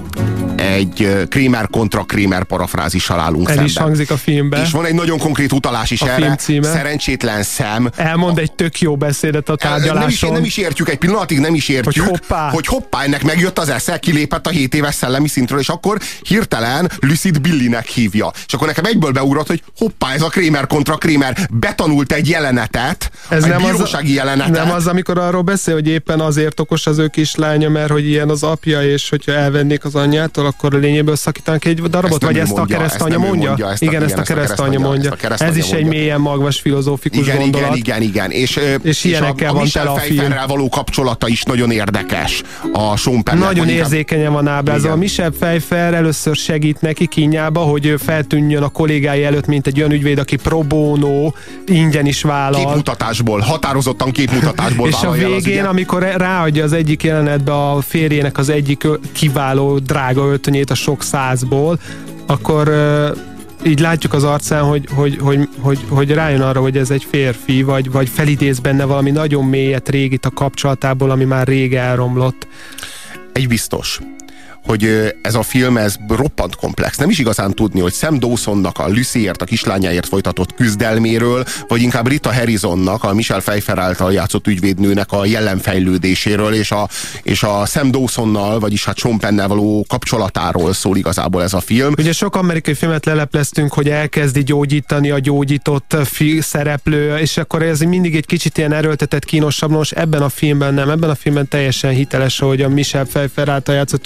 egy Kramer kontra Kramer parafrázissal állunk El szemben. is hangzik a filmben. És van egy nagyon konkrét utalás is a erre. Szerencsétlen Sam. Elmond egy tök jó beszédet a tárgyaláson. Nem is, nem is értjük, egy pillanatig nem is értjük, hogy hoppá. hogy hoppá, ennek megjött az esze, kilépett a hét éves szellemi szintről, és akkor hirtelen Lucid Billynek hívja. És akkor nekem egyből beugrott, hogy hoppá, ez a Kramer kontra Kramer betanult egy jelenetet, ez egy nem bírósági az, jelenetet. Nem az, amikor arról beszél, hogy éppen azért okos az ő kislánya, mert hogy ilyen az apja, és hogyha elvennék az anyjától, akkor a lényéből szakítanak egy darabot, ezt vagy ezt mondja, a keresztanya mondja? mondja ezt a, igen, a, ezt a keresztanya mondja. mondja. Ez is egy mélyen magvas filozófikus igen, gondolat. Igen, igen, igen. És, és, és a, a Michel Pfeifferrel való kapcsolata is nagyon érdekes. A Sean Penn-nek. Nagyon érzékenyen van ábrázolva. A Michel Pfeiffer először segít neki kínjába, hogy feltűnjön a kollégái előtt, mint egy olyan ügyvéd, aki pro bono ingyen is vállal. Képmutatásból, határozottan képmutatásból és a végén, amikor ráadja az egyik jelenetbe a férjének az egyik kiváló drága öltönyét a sok százból, akkor uh, így látjuk az arcán, hogy, hogy, hogy, hogy, hogy rájön arra, hogy ez egy férfi, vagy, vagy felidéz benne valami nagyon mélyet régit a kapcsolatából, ami már rég elromlott. Egy biztos, hogy ez a film, ez roppant komplex. Nem is igazán tudni, hogy Sam Dawsonnak a Lucyért, a kislányáért folytatott küzdelméről, vagy inkább Rita Harrisonnak, a Michel Pfeiffer által játszott ügyvédnőnek a jellemfejlődéséről, és a, és a Sam Dawsonnal, vagyis hát Sean Penn-nel való kapcsolatáról szól igazából ez a film. Ugye sok amerikai filmet lelepleztünk, hogy elkezdi gyógyítani a gyógyított szereplő, és akkor ez mindig egy kicsit ilyen erőltetett, kínosabb. Most ebben a filmben nem, ebben a filmben teljesen hiteles, hogy a Michel Pfeiffer által játszott ügyvédnő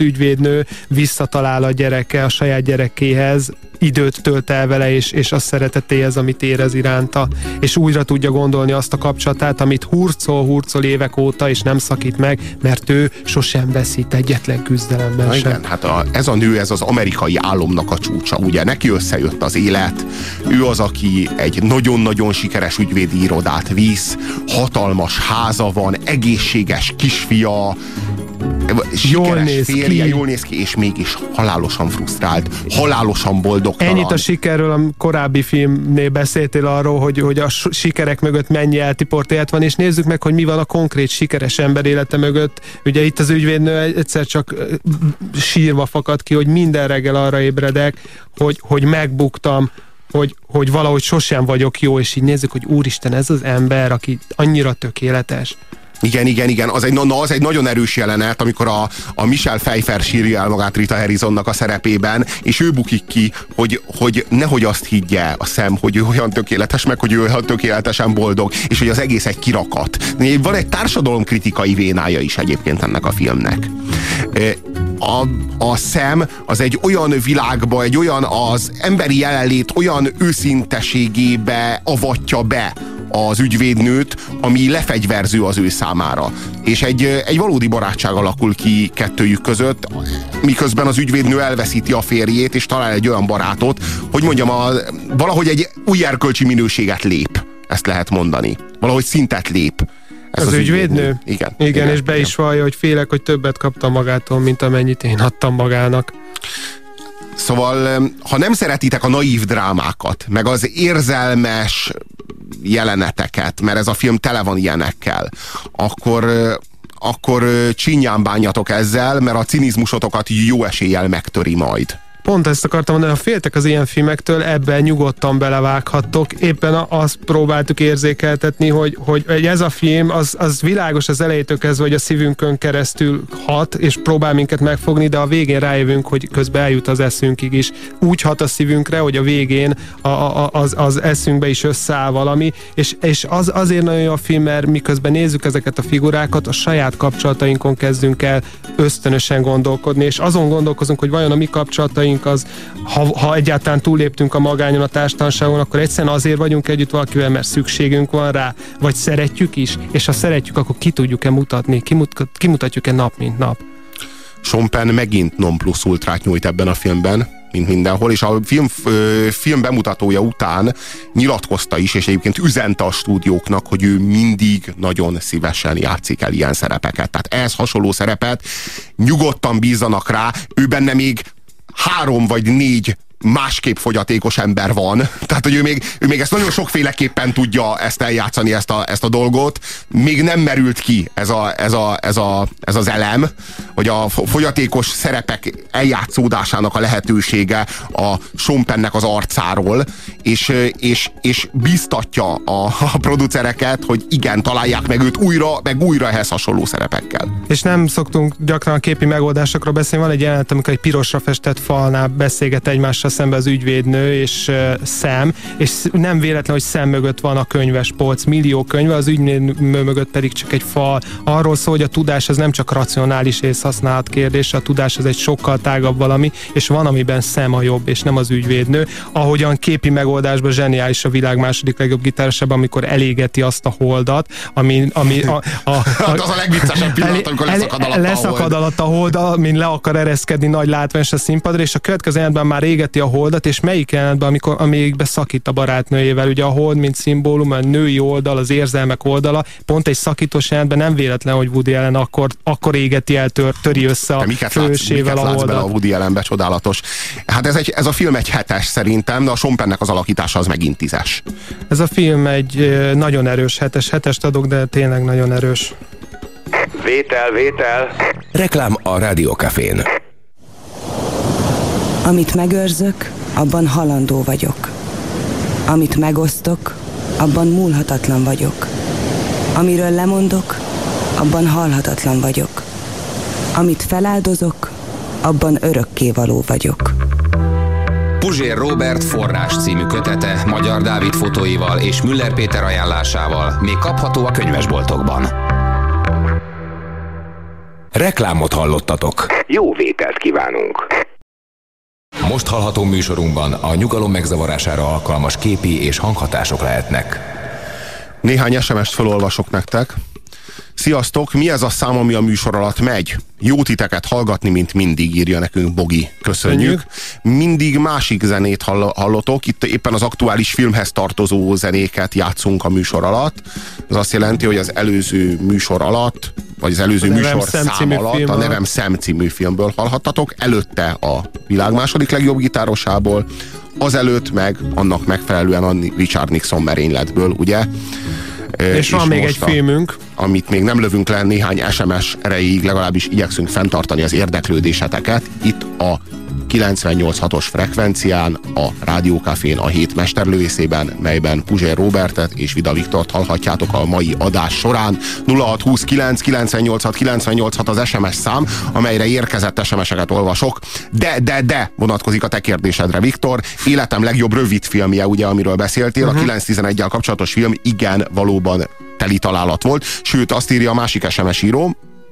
ügyvédnő visszatalál a gyereke, a saját gyerekéhez, időt tölt el vele, és, és azt szeretetéhez, amit érez iránta, és újra tudja gondolni azt a kapcsolatát, amit hurcol, hurcol évek óta, és nem szakít meg, mert ő sosem veszít egyetlen küzdelemben Na sem. Igen, hát a, ez a nő, ez az amerikai álomnak a csúcsa, ugye neki összejött az élet, ő az, aki egy nagyon-nagyon sikeres ügyvédi irodát visz, hatalmas háza van, egészséges kisfia, jól néz férje, ki. jól néz ki, és mégis halálosan frusztrált, halálosan boldogtalan. Ennyit a sikerről, a korábbi filmnél beszéltél arról, hogy, hogy a sikerek mögött mennyi eltiport élet van, és nézzük meg, hogy mi van a konkrét sikeres ember élete mögött. Ugye itt az ügyvédnő egyszer csak sírva fakad ki, hogy minden reggel arra ébredek, hogy, hogy megbuktam, hogy, hogy valahogy sosem vagyok jó, és így nézzük, hogy úristen, ez az ember, aki annyira tökéletes. Igen, igen, igen. Az egy, na, az egy nagyon erős jelenet, amikor a, a Michelle Pfeiffer sírja el magát Rita Harrisonnak a szerepében, és ő bukik ki, hogy, hogy nehogy azt higgye a szem, hogy ő olyan tökéletes, meg hogy ő olyan tökéletesen boldog, és hogy az egész egy kirakat. Van egy társadalomkritikai vénája is egyébként ennek a filmnek. A, a szem az egy olyan világba, egy olyan az emberi jelenlét olyan őszinteségébe avatja be az ügyvédnőt, ami lefegyverző az ő számára. És egy, egy valódi barátság alakul ki kettőjük között, miközben az ügyvédnő elveszíti a férjét, és talál egy olyan barátot, hogy mondjam, a, valahogy egy új erkölcsi minőséget lép. Ezt lehet mondani. Valahogy szintet lép. Ez az, az ügyvédnő? ügyvédnő? Igen. Igen, igen és be igen. is vallja, hogy félek, hogy többet kaptam magától, mint amennyit én adtam magának. Szóval, ha nem szeretitek a naív drámákat, meg az érzelmes jeleneteket, mert ez a film tele van ilyenekkel, akkor, akkor csinyán bánjatok ezzel, mert a cinizmusotokat jó eséllyel megtöri majd. Pont ezt akartam mondani, ha féltek az ilyen filmektől, ebben nyugodtan belevághattok. Éppen azt próbáltuk érzékeltetni, hogy, hogy ez a film, az, az világos az elejétől kezdve, hogy a szívünkön keresztül hat, és próbál minket megfogni, de a végén rájövünk, hogy közben eljut az eszünkig is. Úgy hat a szívünkre, hogy a végén a, a, az, az eszünkbe is összeáll valami, és, és az, azért nagyon jó a film, mert miközben nézzük ezeket a figurákat, a saját kapcsolatainkon kezdünk el ösztönösen gondolkodni, és azon gondolkozunk, hogy vajon a mi kapcsolataink az, ha, ha egyáltalán túlléptünk a magányon, a társadalmságon, akkor egyszerűen azért vagyunk együtt valakivel, mert szükségünk van rá, vagy szeretjük is, és ha szeretjük, akkor ki tudjuk-e mutatni, kimut, kimutatjuk-e nap, mint nap. Sean Penn megint non plus ultrát nyújt ebben a filmben, mint mindenhol, és a film, film bemutatója után nyilatkozta is, és egyébként üzente a stúdióknak, hogy ő mindig nagyon szívesen játszik el ilyen szerepeket. Tehát ehhez hasonló szerepet nyugodtan bízzanak rá, ő benne még három vagy négy másképp fogyatékos ember van. Tehát, hogy ő még, ő még ezt nagyon sokféleképpen tudja ezt eljátszani, ezt a, ezt a dolgot. Még nem merült ki ez, a, ez, a, ez, a, ez az elem, hogy a fogyatékos szerepek eljátszódásának a lehetősége a Sean Pennnek az arcáról, és, és, és bíztatja a, a producereket, hogy igen, találják meg őt újra, meg újra ehhez hasonló szerepekkel. És nem szoktunk gyakran a képi megoldásokról beszélni. Van egy jelenet, amikor egy pirosra festett falnál beszélget egymással szemben az ügyvédnő és uh, Sam, és nem véletlen, hogy Sam mögött van a könyves polc, millió könyve, az ügyvédnő mögött pedig csak egy fal. Arról szól, hogy a tudás az nem csak racionális észhasználat kérdése, a tudás az egy sokkal tágabb valami, és van, amiben Sam a jobb, és nem az ügyvédnő. Ahogyan képi megoldásban zseniális a világ második legjobb gitárosában, amikor elégeti azt a holdat, ami... ami a, a, a, hát az a legviccesebb pillanat, amikor leszakad alatt a hold. Leszakad alatt a hold, amin le akar ereszkedni nagy látványos a színpadra, és a következő jelenetben már égeti a holdat, és melyik jelenetben, amikor, amíg szakít a barátnőjével, ugye a hold, mint szimbólum, a női oldal, az érzelmek oldala, pont egy szakítós jelenetben nem véletlen, hogy Woody Allen akkor, akkor égeti el, tör, töri össze a fősével a holdat. A Woody Allenbe, csodálatos. Hát ez, egy, ez a film egy hetes szerintem, de a Sean Pennek az alakítása az megint tízes. Ez a film egy nagyon erős hetes, hetest adok, de tényleg nagyon erős. Vétel, vétel. Reklám a Rádiókafén. Amit megőrzök, abban halandó vagyok. Amit megosztok, abban múlhatatlan vagyok. Amiről lemondok, abban halhatatlan vagyok. Amit feláldozok, abban örökkévaló vagyok. Puzsér Róbert Forrás című kötete Magyar Dávid fotóival és Müller Péter ajánlásával még kapható a könyvesboltokban. Reklámot hallottatok. Jó vételt kívánunk. Most hallható műsorunkban a nyugalom megzavarására alkalmas képi és hanghatások lehetnek. Néhány es em est felolvasok nektek. Sziasztok, mi ez a szám, ami a műsor alatt megy? Jó titeket hallgatni, mint mindig, írja nekünk Bogi. Köszönjük. Mindig másik zenét hall- hallotok. Itt éppen az aktuális filmhez tartozó zenéket játszunk a műsor alatt. Ez azt jelenti, hogy az előző műsor alatt, vagy az előző műsor szám alatt, a Nevem Szem című filmből hallhattatok. Előtte a világ második legjobb gitárosából, azelőtt meg annak megfelelően a Richard Nixon merényletből, ugye? És, és van még egy filmünk, amit még nem lövünk le néhány es em es erejéig, legalábbis igyekszünk fenntartani az érdeklődéseteket. Itt a kilencvennyolc hatos frekvencián, a Rádiókafén a hét mesterlövészében, melyben Puzsér Róbertet és Vida Viktort hallhatjátok a mai adás során. nulla hat huszonkilenc kilencvennyolc hat kilencvennyolc hat az es em es szám, amelyre érkezett es em eseket olvasok. De, de, de vonatkozik a te kérdésedre, Viktor. Életem legjobb rövid filmje, ugye, amiről beszéltél. Uh-huh. A kilenc tizeneggyel kapcsolatos film igen, valóban teli találat volt. Sőt, azt írja a másik es em es író: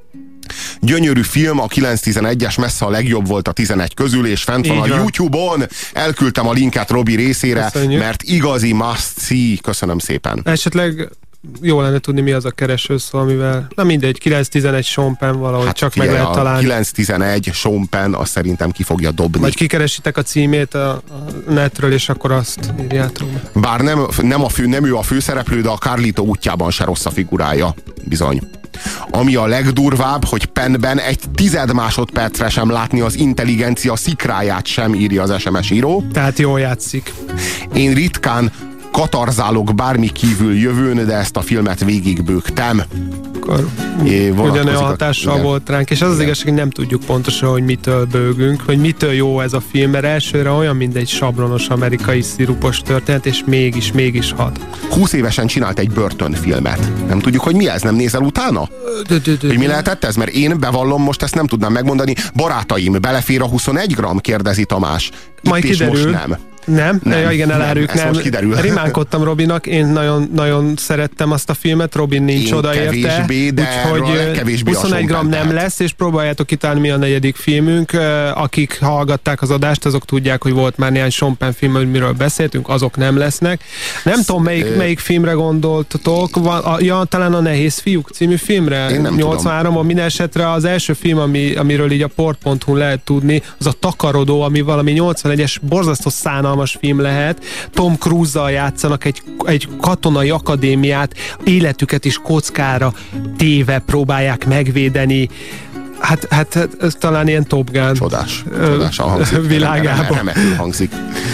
gyönyörű film, a kilenc tizenegyes messze a legjobb volt a tizenegy közül, és fent van a YouTube-on. Elküldtem a linket Robi részére, Köszönjük. Mert igazi must see. Köszönöm szépen. Esetleg jó lenne tudni, mi az a keresőszó, amivel, na mindegy, kilenc tizenegy Sean Penn valahogy hát csak figyelj, meg lehet találni. kilenc tizenegy Sean Penn, azt szerintem ki fogja dobni. Vagy kikeresitek a címét a, a netről, és akkor azt írjátok. Bár nem, nem, a fő, nem ő a főszereplő, de a Carlito útjában se rossz a figurája. Bizony. Ami a legdurvább, hogy Pennben egy tized másodpercre sem látni az intelligencia szikráját sem, írja az es em es író. Tehát jól játszik. Én ritkán katarzálok bármi kívül jövőn, de ezt a filmet végigbőgtem. Akkor ugyanolyan hatással igen. volt ránk, és az az igazság, hogy nem tudjuk pontosan, hogy mitől bőgünk, hogy mitől jó ez a film, mert elsőre olyan, mint egy sablonos amerikai szirupos történet, és mégis, mégis hat. húsz évesen csinált egy börtönfilmet. Nem tudjuk, hogy mi ez, nem nézel utána? Hogy mi lehetett ez? Mert én bevallom, most ezt nem tudnám megmondani. Barátaim, belefér a huszonegy gramm? Kérdezi Tamás. Itt Majd kiderül. Most nem. Nem, nem, ja, igen, eláruljuk, nem. nem. Rimánkodtam Robinak, én nagyon, nagyon szerettem azt a filmet, Robin nincs én oda érte, úgyhogy huszonegy gramm nem lesz, és próbáljátok kitálni, mi a negyedik filmünk. Akik hallgatták az adást, azok tudják, hogy volt már néhány Sean Penn film, miről beszéltünk, azok nem lesznek. Nem tudom, melyik, melyik filmre gondoltatok, a, ja, talán a Nehéz fiúk című filmre, nyolcvanháromban, minden esetre az első film, ami, amiről így a port pont hu lehet tudni, az a Takarodó, ami valami nyolcvanegyes borzasztó szánalmas film lehet. Tom Cruise-zal játszanak egy, egy katonai akadémiát, életüket is kockára téve próbálják megvédeni. Hát, hát ez talán ilyen Top Gun. Csodás. Csodásan hangzik. Világában. Remekül hangzik.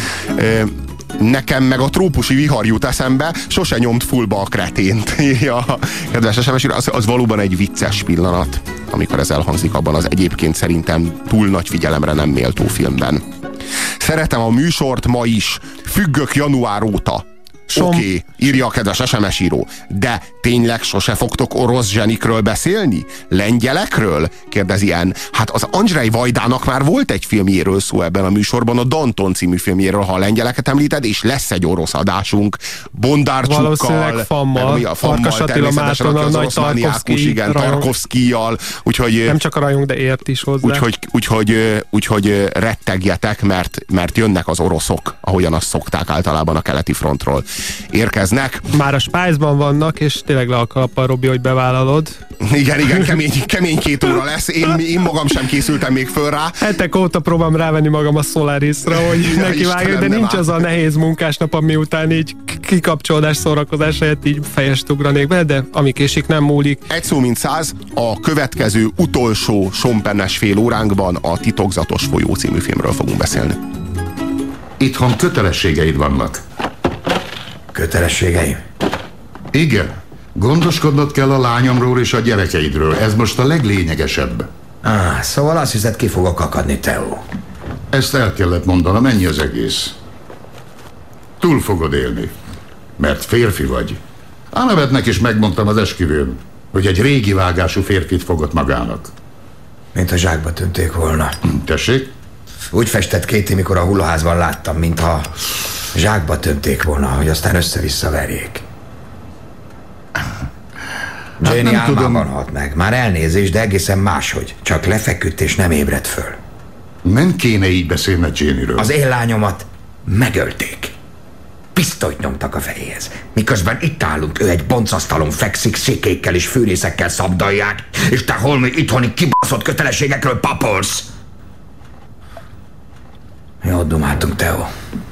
Nekem meg a trópusi vihar jut eszembe, sose nyomt fullba a kretént, írja a kedves es em es. Az, az valóban egy vicces pillanat, amikor ez elhangzik abban az egyébként szerintem túl nagy figyelemre nem méltó filmben. Szeretem a műsort ma is, függök január óta. Oké, okay, írja a kedves es em es író. De tényleg sose fogtok orosz zsenikről beszélni? Lengyelekről? Kérdezi en. Hát az Andrzej Vajdának már volt egy filmjéről szó ebben a műsorban, a Danton című filmjéről, ha a lengyeleket említed, és lesz egy orosz adásunk. Bondárcsukkal. Valószínűleg Fammal. Farkas Attila Márton, a nagy Tarkovszky. Igen, Tarkovszkijjal. Úgyhogy, nem csak a rajong, de ért is hozzá. Úgyhogy, úgyhogy, úgyhogy rettegjetek, mert, mert jönnek az oroszok, ahogyan azt szokták általában a keleti frontról. Érkeznek. Már a Spice-ban vannak, és tényleg le a kalappal, Robi, hogy bevállalod. Igen, igen, kemény, kemény két óra lesz. Én, én magam sem készültem még föl rá. Hetek óta próbálom rávenni magam a Solarisra, hogy ja, neki vágjuk, de nincs az a nehéz munkás nap, ami után így kikapcsolódás, szórakozás helyett így fejest ugranék be, de ami késik, nem múlik. Egy szó mint száz, a következő utolsó Sean Penn-es fél óránkban a Titokzatos folyó című filmről fogunk beszélni. Itthon kötelességeid vannak. Kötelességeim? Igen. Gondoskodnod kell a lányomról és a gyerekeidről. Ez most a leglényegesebb. Ah, szóval azt hiszed, ki fogok akadni, Theo. Ezt el kellett mondanom, ennyi az egész. Túl fogod élni. Mert férfi vagy. Annabetnek is megmondtam az esküvőn, hogy egy régi vágású férfit fogott magának. Mint a zsákba tönték volna. Tessék? Úgy festett Katie, mikor a hullaházban láttam, mintha zsákba tönték volna, hogy aztán össze-vissza verjék. Hát Janie álmában halt meg. Már elnézést, de egészen máshogy. Csak lefeküdt és nem ébredt föl. Nem kéne így beszélned Janie-ről. Az én lányomat megölték. Pisztolyt nyomtak a fejéhez. Miközben itt állunk, ő egy boncasztalon fekszik, székékkel és fűrészekkel szabdalják, és te holmi itthoni kibaszott kötelességekről papolsz. Jól dumáltunk, Theo.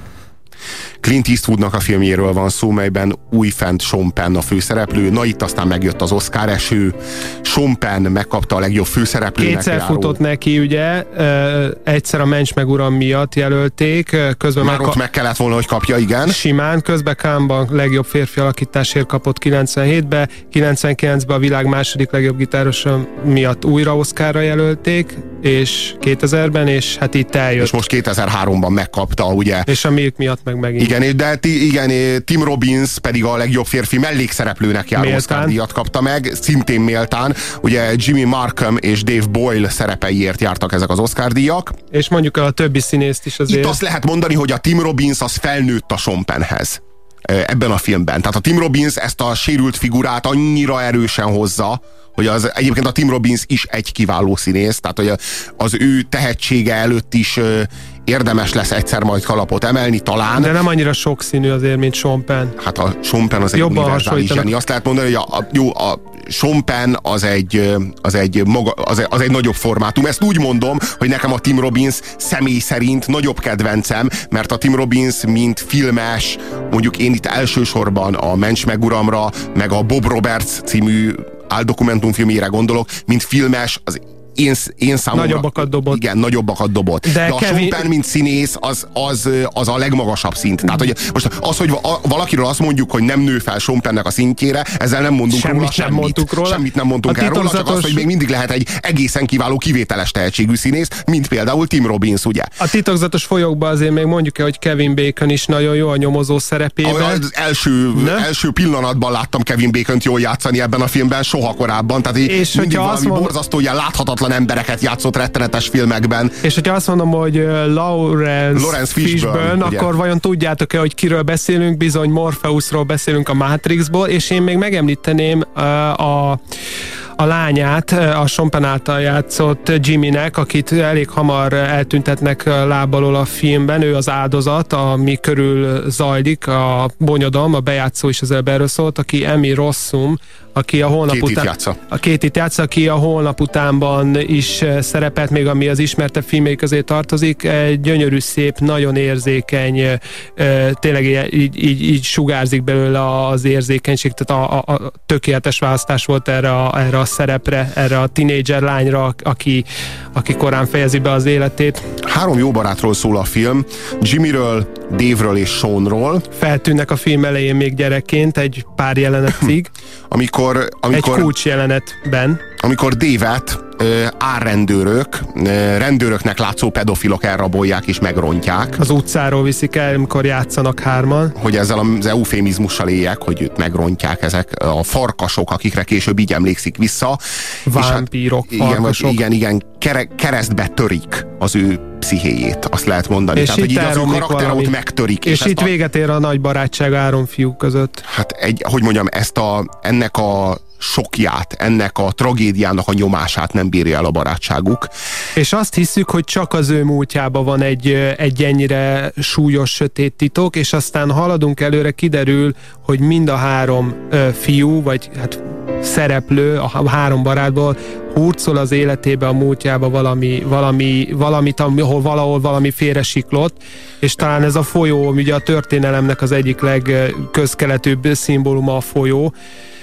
Clint Eastwoodnak a filmjéről van szó, melyben újfent Sean Penn a főszereplő. Na itt aztán megjött az Oscar eső. Sean Penn megkapta a legjobb főszereplőnek. Kétszer járó. futott neki, ugye, egyszer a Mencs meg Uram miatt jelölték. Közben Már meg ott meg kellett volna, hogy kapja, igen. Simán, közben Cannes-ban legjobb férfi alakításért kapott kilencvenhétben, kilencvenkilencben a világ második legjobb gitárosa miatt újra Oscarra jelölték, és kétezerben, és hát itt eljött. És most kétezer-háromban megkapta, ugye. És a Milk miatt meg megint. Igen, de igen, Tim Robbins pedig a legjobb férfi mellékszereplőnek járó Oscar-díjat kapta meg, szintén méltán. Ugye Jimmy Markham és Dave Boyle szerepeiért jártak ezek az Oscar-díjak. És mondjuk a többi színészt is azért. Itt azt lehet mondani, hogy a Tim Robbins az felnőtt a Sean Pennhez ebben a filmben. Tehát a Tim Robbins ezt a sérült figurát annyira erősen hozza, hogy az, egyébként a Tim Robbins is egy kiváló színész, tehát hogy az ő tehetsége előtt is ö, érdemes lesz egyszer majd kalapot emelni, talán. De nem annyira sokszínű azért, mint Sean Penn. Hát a Sean Penn az egy univerzális zseni. Azt lehet mondani, hogy a, a, jó, a Sean Penn az egy, az, egy maga, az, az egy nagyobb formátum. Ezt úgy mondom, hogy nekem a Tim Robbins személy szerint nagyobb kedvencem, mert a Tim Robbins, mint filmes, mondjuk én itt elsősorban a Mencs meg Uramra, meg a Bob Roberts című áldokumentumfilmjére gondolok, mint filmes, az én, én számomra... Nagyobbakat dobott. Igen, nagyobbakat dobott. De, De a Kevin... Sean Penn, mint színész, az, az, az a legmagasabb szint. Tehát, hogy most az, hogy valakiről azt mondjuk, hogy nem nő fel Sean Pennek a szintjére, ezzel nem mondunk semmit róla semmit. Nem mondtuk róla. Semmit nem mondtunk el róla, csak az, hogy még mindig lehet egy egészen kiváló, kivételes tehetségű színész, mint például Tim Robbins, ugye? A titokzatos folyókban azért még mondjuk el, hogy Kevin Bacon is nagyon jó a nyomozó szerepében. Az első, első pillanatban láttam Kevin Bacont jól játszani ebben a filmben, soha korábban. Tehát és mindig valami mond... borzasztó, ilyen láthatatlan embereket játszott rettenetes filmekben. És hogyha azt mondom, hogy Lawrence, Lawrence Fishburne, Fishburne akkor vajon tudjátok-e, hogy kiről beszélünk? Bizony Morpheusról beszélünk, a Matrixból, és én még megemlíteném a, a a lányát, a Sean Penn által játszott Jimmynek, akit elég hamar eltüntetnek lábalól a filmben. Ő az áldozat, ami körül zajlik, a bonyodalom, a bejátszó is az erről szólt, aki Emmy Rossum, aki a holnap Kétit után... játsza. A Kétit játsza, aki a holnap utánban is szerepelt, még ami az ismertebb filmjei közé tartozik. Egy gyönyörű, szép, nagyon érzékeny, tényleg így, így, így sugárzik belőle az érzékenység, tehát a, a, a tökéletes választás volt erre a, erre a szerepre, erre a tinédzser lányra, aki, aki korán fejezi be az életét. Három jó barátról szól a film, Jimmyről, Dave-ről és Seanról. Feltűnnek a film elején még gyerekként egy pár jelenetig. Amikor, amikor, egy kulcs jelenetben. Amikor Dave-et árrendőrök, rendőröknek látszó pedofilok elrabolják és megrontják. Az utcáról viszik el, amikor játszanak hárman. Hogy ezzel az eufémizmussal éljek, hogy őt megrontják ezek a farkasok, akikre később így emlékszik vissza. Vámpírok, hát, farkasok. Igen, igen, igen kere, keresztbe törik az ő pszichéjét, azt lehet mondani. És Tehát, hogy így az ő karakter ott megtörik. És, és itt a... véget ér a nagy barátság három fiú között. Hát egy, hogy mondjam, ezt a, ennek a sokját, ennek a tragédiának a nyomását nem bírja el a barátságuk. És azt hiszük, hogy csak az ő múltjában van egy, egy ennyire súlyos, sötét titok, és aztán haladunk előre, kiderül, hogy mind a három ö, fiú, vagy hát szereplő, a három barátból hurcol az életébe, a múltjába valami, valami, valamit, ahol valahol valami félresiklott, és talán ez a folyó, ugye a történelemnek az egyik legközkeletűbb szimbóluma a folyó,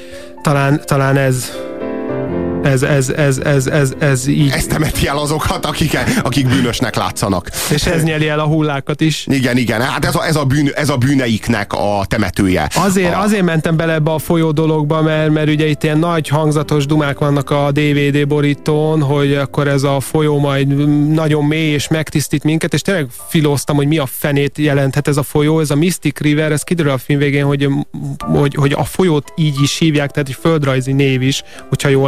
Talán, talán ez, ez, ez, ez, ez, ez, ez így... Ez temeti el azokat, akik, akik bűnösnek látszanak. És ez nyeli el a hullákat is. Igen, igen. Hát ez a, ez a, bűn, ez a bűneiknek a temetője. Azért, a... azért mentem bele ebbe a folyó dologba, mert, mert ugye itt ilyen nagy hangzatos dumák vannak a dé vé dé borítón, hogy akkor ez a folyó majd nagyon mély és megtisztít minket, és tényleg filóztam, hogy mi a fenét jelenthet ez a folyó. Ez a Mystic River, ez kiderül a film végén, hogy, hogy, hogy a folyót így is hívják, tehát egy földrajzi név is, hogyha jól láttam, ha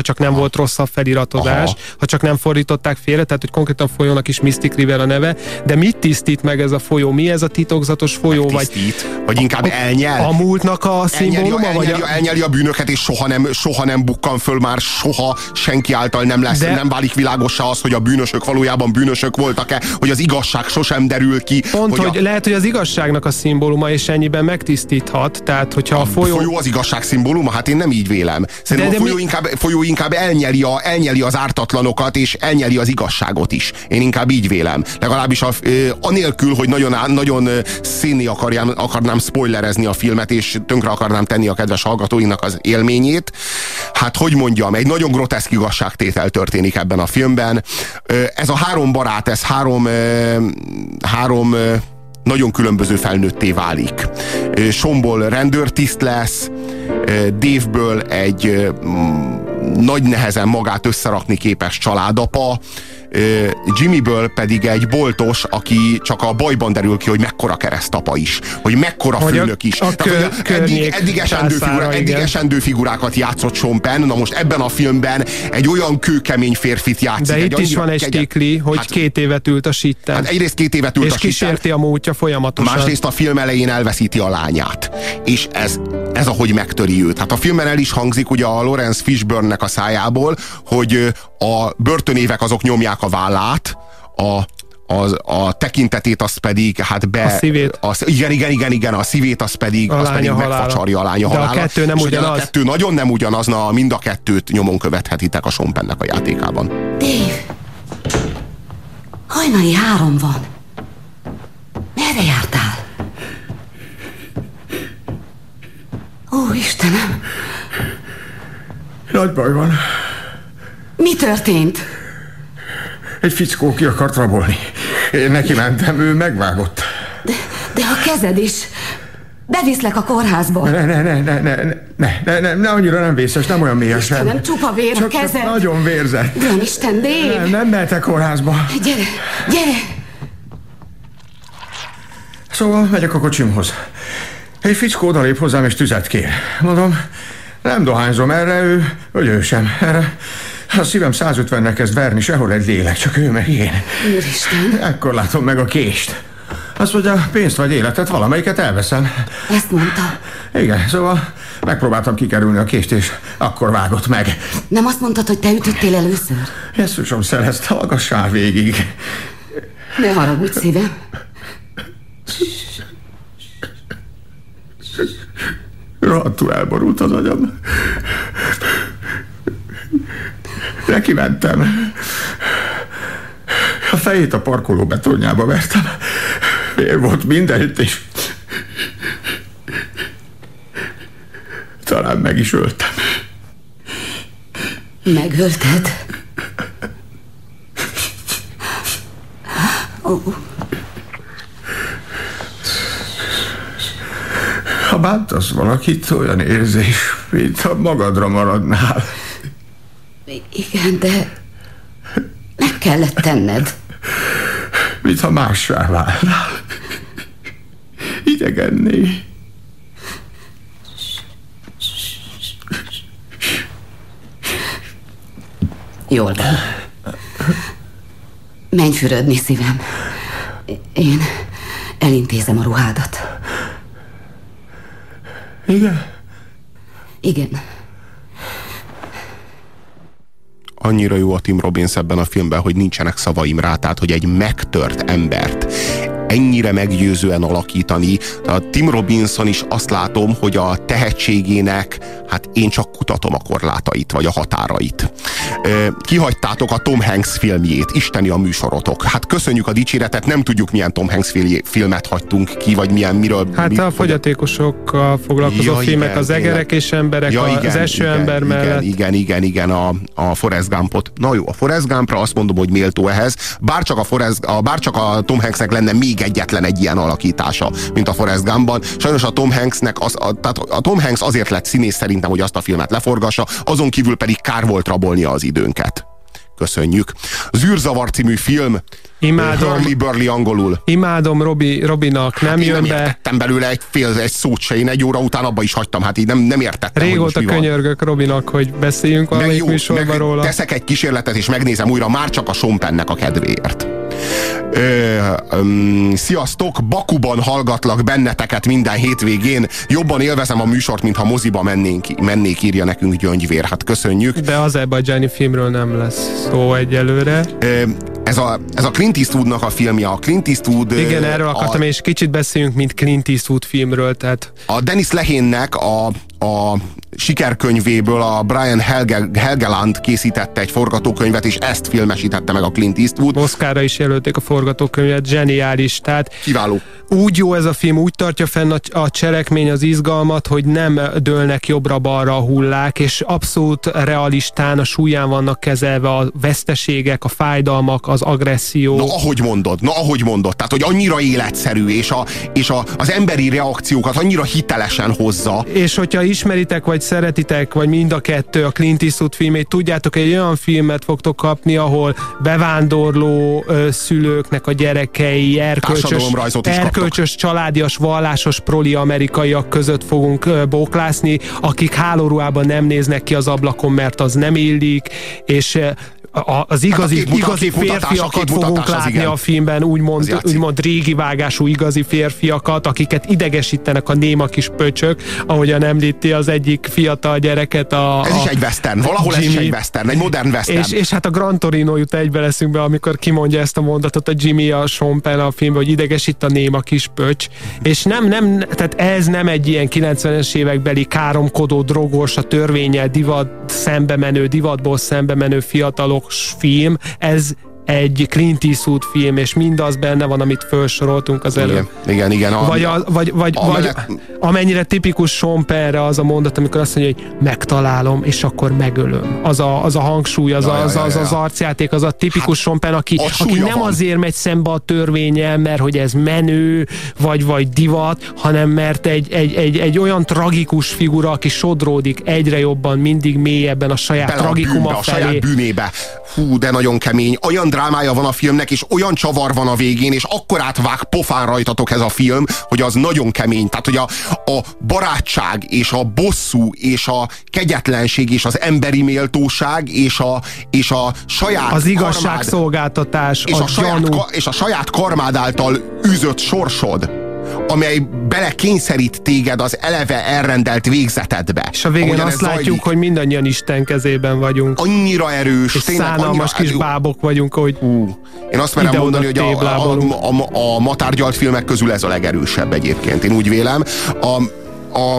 csak nem volt rosszabb feliratozás, aha, ha csak nem fordították félre, tehát hogy konkrétan folyónak is Mystic River a neve, de mit tisztít meg ez a folyó? Mi ez a titokzatos folyó? Vagy, vagy inkább elnyel? A múltnak a szimbóluma? Elnyeli, vagy a, elnyeli a bűnöket, és soha nem, soha nem bukkan föl már, soha senki által nem lesz, de... nem válik világossá az, hogy a bűnösök valójában bűnösök voltak-e, hogy az igazság sosem derül ki. Pont, hogy, hogy a... lehet, hogy az igazságnak a szimbóluma, és ennyiben megtisztíthat, tehát hogyha a, a folyó... folyó az igazság szimbóluma? Hát én nem így vélem. Szerintem de, de a folyó, mi... inkább, folyó inkább elnyeli, a, elnyeli az ártatlanokat, és elnyeli az igazságot is. Én inkább így vélem. Legalábbis a, anélkül, hogy nagyon, nagyon színni akarjám, akarnám spoilerezni a filmet, és tönkre akarnám tenni a kedves hallgatóinak az élményét. Hát, hogy mondjam, egy nagyon groteszk igazságtétel történik ebben a filmben. Ez a három barát, ez három három nagyon különböző felnőtté válik. Seanból rendőrtiszt lesz, Dave-ből egy nagy nehezen magát összerakni képes családapa, Jimmyből pedig egy boltos, aki csak a bajban derül ki, hogy mekkora keresztapa is, hogy mekkora hogy főnök is. A, a Tehát, kö, eddig, eddig, esendő figurá, eddig esendő figurákat játszott Sean Penn, na most ebben a filmben egy olyan kőkemény férfit játszik. De egy itt is van egy stikli, hogy hát, két évet ült a sitten. Hát egyrészt két évet ült és a sitten. És kísérti a múltja folyamatosan. Másrészt a film elején elveszíti a lányát. És ez, ez ahogy megtöri őt. Hát a filmben el is hangzik ugye a Lawrence Fishburne-nek a szájából, hogy a börtönévek azok nyomják a vállát, a, a, a tekintetét azt pedig, hát be... A szívét. A, igen, igen, igen, igen, a szívét azt pedig, azt pedig megfacsarja a lánya halála. De a kettő nem ugyanaz. A kettő nagyon nem ugyanaz, na mind a kettőt nyomon követhetitek a Sean Penn-nek a játékában. Dave! Hajnali három van. Merre jártál? Ó, Istenem! Nagy baj van. Mi történt? Egy fickó ki akart rabolni. Én neki mentem, ő megvágott. De, de a kezed is. Beviszlek a kórházba. Ne, ne, ne, ne, ne, ne, ne, ne, ne, annyira nem vészes, nem olyan mélyesen. Istenem, csupa vér a kezed. Csak nagyon vérzett. Uram Isten, Dave! Nem, nem mehetek kórházba. Gyere, gyere! Szóval megyek a kocsimhoz. Egy fickó odalép hozzám és tüzet kér. Mondom, nem dohányzom erre, ő, vagy ő sem. Erre a szívem százötvennek kezd verni, sehol egy lélek, csak ő meg én. Úristen! Ekkor látom meg a kést. Azt mondja, pénzt vagy életet, valamelyiket elveszem. Ezt mondta? Igen, szóval megpróbáltam kikerülni a kést, és akkor vágott meg. Nem azt mondtad, hogy te ütöttél először? Jesszusom, Celeste, hallgassál végig. Ne haragudj, szívem. Rohadtul elborult az agyam. Neki mentem. A fejét a parkoló betonjába vertem. Vér volt mindenütt, és talán meg is öltem. Megölted? Oh. Ha bántasz valakit, olyan érzés, mint ha magadra maradnál. Igen, de meg kellett tenned. Mint ha mássá válnál. Idegenné. Jól van. Menj fürödni, szívem. Én elintézem a ruhádat. Igen? Igen. Annyira jó a Tim Robbins ebben a filmben, hogy nincsenek szavaim rá, tehát, hogy egy megtört embert ennyire meggyőzően alakítani. A Tim Robinson is azt látom, hogy a tehetségének, hát én csak kutatom a korlátait, vagy a határait. Kihagytátok a Tom Hanks filmjét, isteni a műsorotok. Hát köszönjük a dicséretet, nem tudjuk, milyen Tom Hanks filmet hagytunk ki, vagy milyen, miről... Hát mi, a fogyatékosokkal foglalkozó ja, filmek, igen, az egerek és emberek, ja, igen, az eső igen, ember igen, mellett. Igen, igen, igen, a, a Forrest Gumpot. Na jó, a Forrest Gumpra azt mondom, hogy méltó ehhez. Bárcsak a, Forrest, a, bárcsak a Tom Hanksnek lenne még egyetlen egy ilyen alakítása, mint a Forrest Gumpban. Sajnos a Tom Hanksnek, az, a, tehát a Tom Hanks azért lett színész szerintem, hogy azt a filmet leforgassa, azon kívül pedig kár volt rabolnia az időnket. Köszönjük. Az űrzavar című film. Imádom. Hurly-burly angolul. Imádom Robi, Robinak, nem hát jön nem be. Nem értettem belőle egy fél, egy szót se, én egy óra után abba is hagytam, hát így nem, nem értettem. Régóta könyörgök Robinak, hogy beszéljünk valamelyik műsorban róla. Teszek egy kísérletet, és megnézem újra, már csak a Sean Pennnek a kedvéért. Ö, öm, sziasztok, Bakuban hallgatlak benneteket minden hétvégén. Jobban élvezem a műsort, mintha moziba mennénk, mennék, írja nekünk Gyöngyvér. Hát köszönjük. De azerbajdzsáni filmről nem lesz szó egyelőre. Ö, ez, a, ez a Clint Eastwoodnak a filmje. A Clint Eastwood... Igen, erről akartam, a, és kicsit beszéljünk, mint Clint Eastwood filmről. Tehát... A Dennis Lehénnek a, a sikerkönyvéből a Brian Helge, Helgeland készítette egy forgatókönyvet, és ezt filmesítette meg a Clint Eastwood. Oscarra is jelölték a forgatókönyvet, zseniális. Tehát kiváló. Úgy jó ez a film, úgy tartja fenn a, a cselekmény, az izgalmat, hogy nem dőlnek jobbra-balra a hullák, és abszolút realistán a súlyán vannak kezelve a veszteségek, a fájdalmak, az agresszió. Na, ahogy mondod, na, ahogy mondod, tehát, hogy annyira életszerű, és, a, és a, az emberi reakciókat annyira hitelesen hozza. És hogyha ismeritek, vagy szeretitek, vagy mind a kettő a Clint Eastwood filmét, tudjátok, egy olyan filmet fogtok kapni, ahol bevándorló ö, szülőknek a gyerekei, erkölcsös, erkölcsös családias, vallásos proli amerikaiak között fogunk ö, bóklászni, akik hálóruhában nem néznek ki az ablakon, mert az nem illik, és ö, A, az igazi, hát igazi férfiakat fogunk látni a filmben, úgymond, úgymond régi vágású igazi férfiakat, akiket idegesítenek a néma kis pöcsök, ahogyan említi az egyik fiatal gyereket. A, ez a, is egy western, valahol Jimmy. Ez is egy western, egy modern western. És, és hát a Gran Torino jut egybe leszünk be, amikor kimondja ezt a mondatot a Jimmy, a Sean Penn a filmben, hogy idegesít a néma kis pöcs. És nem, nem, tehát ez nem egy ilyen kilencvenes évekbeli káromkodó, drogos, a törvénnyel divat szembe menő, divatból szembe menő fiatalok film, ez egy Clint Eastwood film, és mindaz benne van, amit felsoroltunk az előbb. Igen, igen. igen a, vagy, a, vagy, vagy, a vagy amennyire tipikus Sean Pennre az a mondat, amikor azt mondja, hogy megtalálom, és akkor megölöm. Az a, az a hangsúly, az, ja, a, az, ja, ja, az, az arcjáték, az a tipikus Sean Penn, aki, aki nem van. Azért megy szembe a törvénnyel, mert hogy ez menő, vagy, vagy divat, hanem mert egy, egy, egy, egy olyan tragikus figura, aki sodródik egyre jobban, mindig mélyebben a saját Bele tragikuma a bűnbe, felé. A saját bűnébe. Hú, de nagyon kemény. Olyan drámája van a filmnek, és olyan csavar van a végén, és akkor átvág pofán rajtatok ez a film, hogy az nagyon kemény. Tehát, hogy a, a barátság, és a bosszú, és a kegyetlenség, és az emberi méltóság, és a, és a saját az igazságszolgáltatás, és a, a saját, és a saját karmád által űzött sorsod, amely belekényszerít téged az eleve elrendelt végzetedbe. És a végén azt látjuk, zajlik, hogy mindannyian Isten kezében vagyunk. Annyira erős. És szánalmas kis erő. bábok vagyunk, hogy Hú, én azt merem mondani, hogy a, a, a, a, a ma tárgyalt filmek közül ez a legerősebb egyébként. Én úgy vélem. A, a,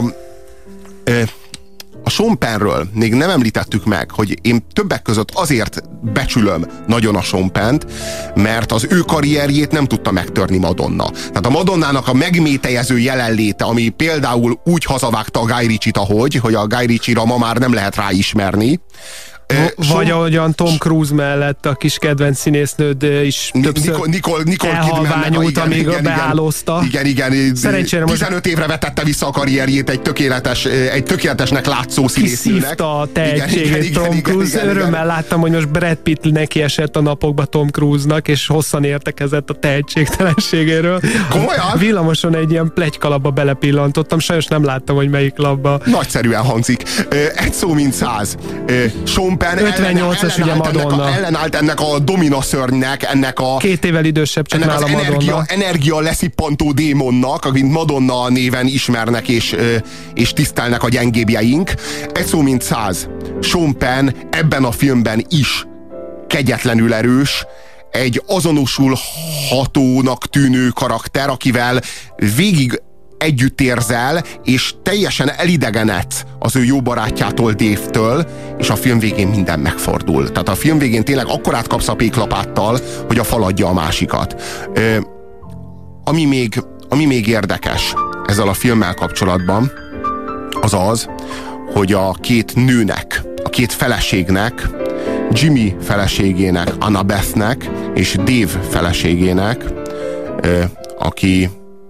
a A Sean Pennről még nem említettük meg, hogy én többek között azért becsülöm nagyon a Sean Pennt, mert az ő karrierjét nem tudta megtörni Madonna. Tehát a Madonnának a megmétejező jelenléte, ami például úgy hazavágta a Guy Ritchie-t, ahogy, hogy a Guy Ritchie-ra ma már nem lehet ráismerni. Vagy ahogyan Tom Cruise mellett a kis kedvenc színésznőd is többször Nicole, Nicole, Nicole elhalványult, amíg igen, behálózta. Igen, igen. Szerencsére tizenöt évre vetette vissza a karrierjét egy tökéletes, egy tökéletesnek látszó színésznőnek. Kiszívta a tehetségét Tom Cruise. Örömmel láttam, hogy most Brad Pitt neki esett a napokba Tom Cruise-nak, és hosszan értekezett a tehetségtelenségéről. Komolyan? Villamoson egy ilyen pletykalapba belepillantottam, sajnos nem láttam, hogy melyik labba. Nagyszerűen hangzik. Egy szó mint száz. Sean Penn ötvennyolcas ugye Madonna. Ellenállt ennek a domina szörnynek, ennek a... Két évvel idősebb, csak nála Madonna. Energia, energia leszippantó démonnak, akit Madonna néven ismernek és, és tisztelnek a gyengébbjeink. Egy szó mint száz. Sean Penn ebben a filmben is kegyetlenül erős, egy azonosulhatónak tűnő karakter, akivel végig együtt érzel, és teljesen elidegenedsz az ő jó barátjától, Dave-től, és a film végén minden megfordul. Tehát a film végén tényleg akkorát kapsz a péklapáttal, hogy a fal adja a másikat. Ö, ami, még, ami még érdekes ezzel a filmmel kapcsolatban, az az, hogy a két nőnek, a két feleségnek, Jimmy feleségének, Annabethnek, és Dave feleségének, ö, aki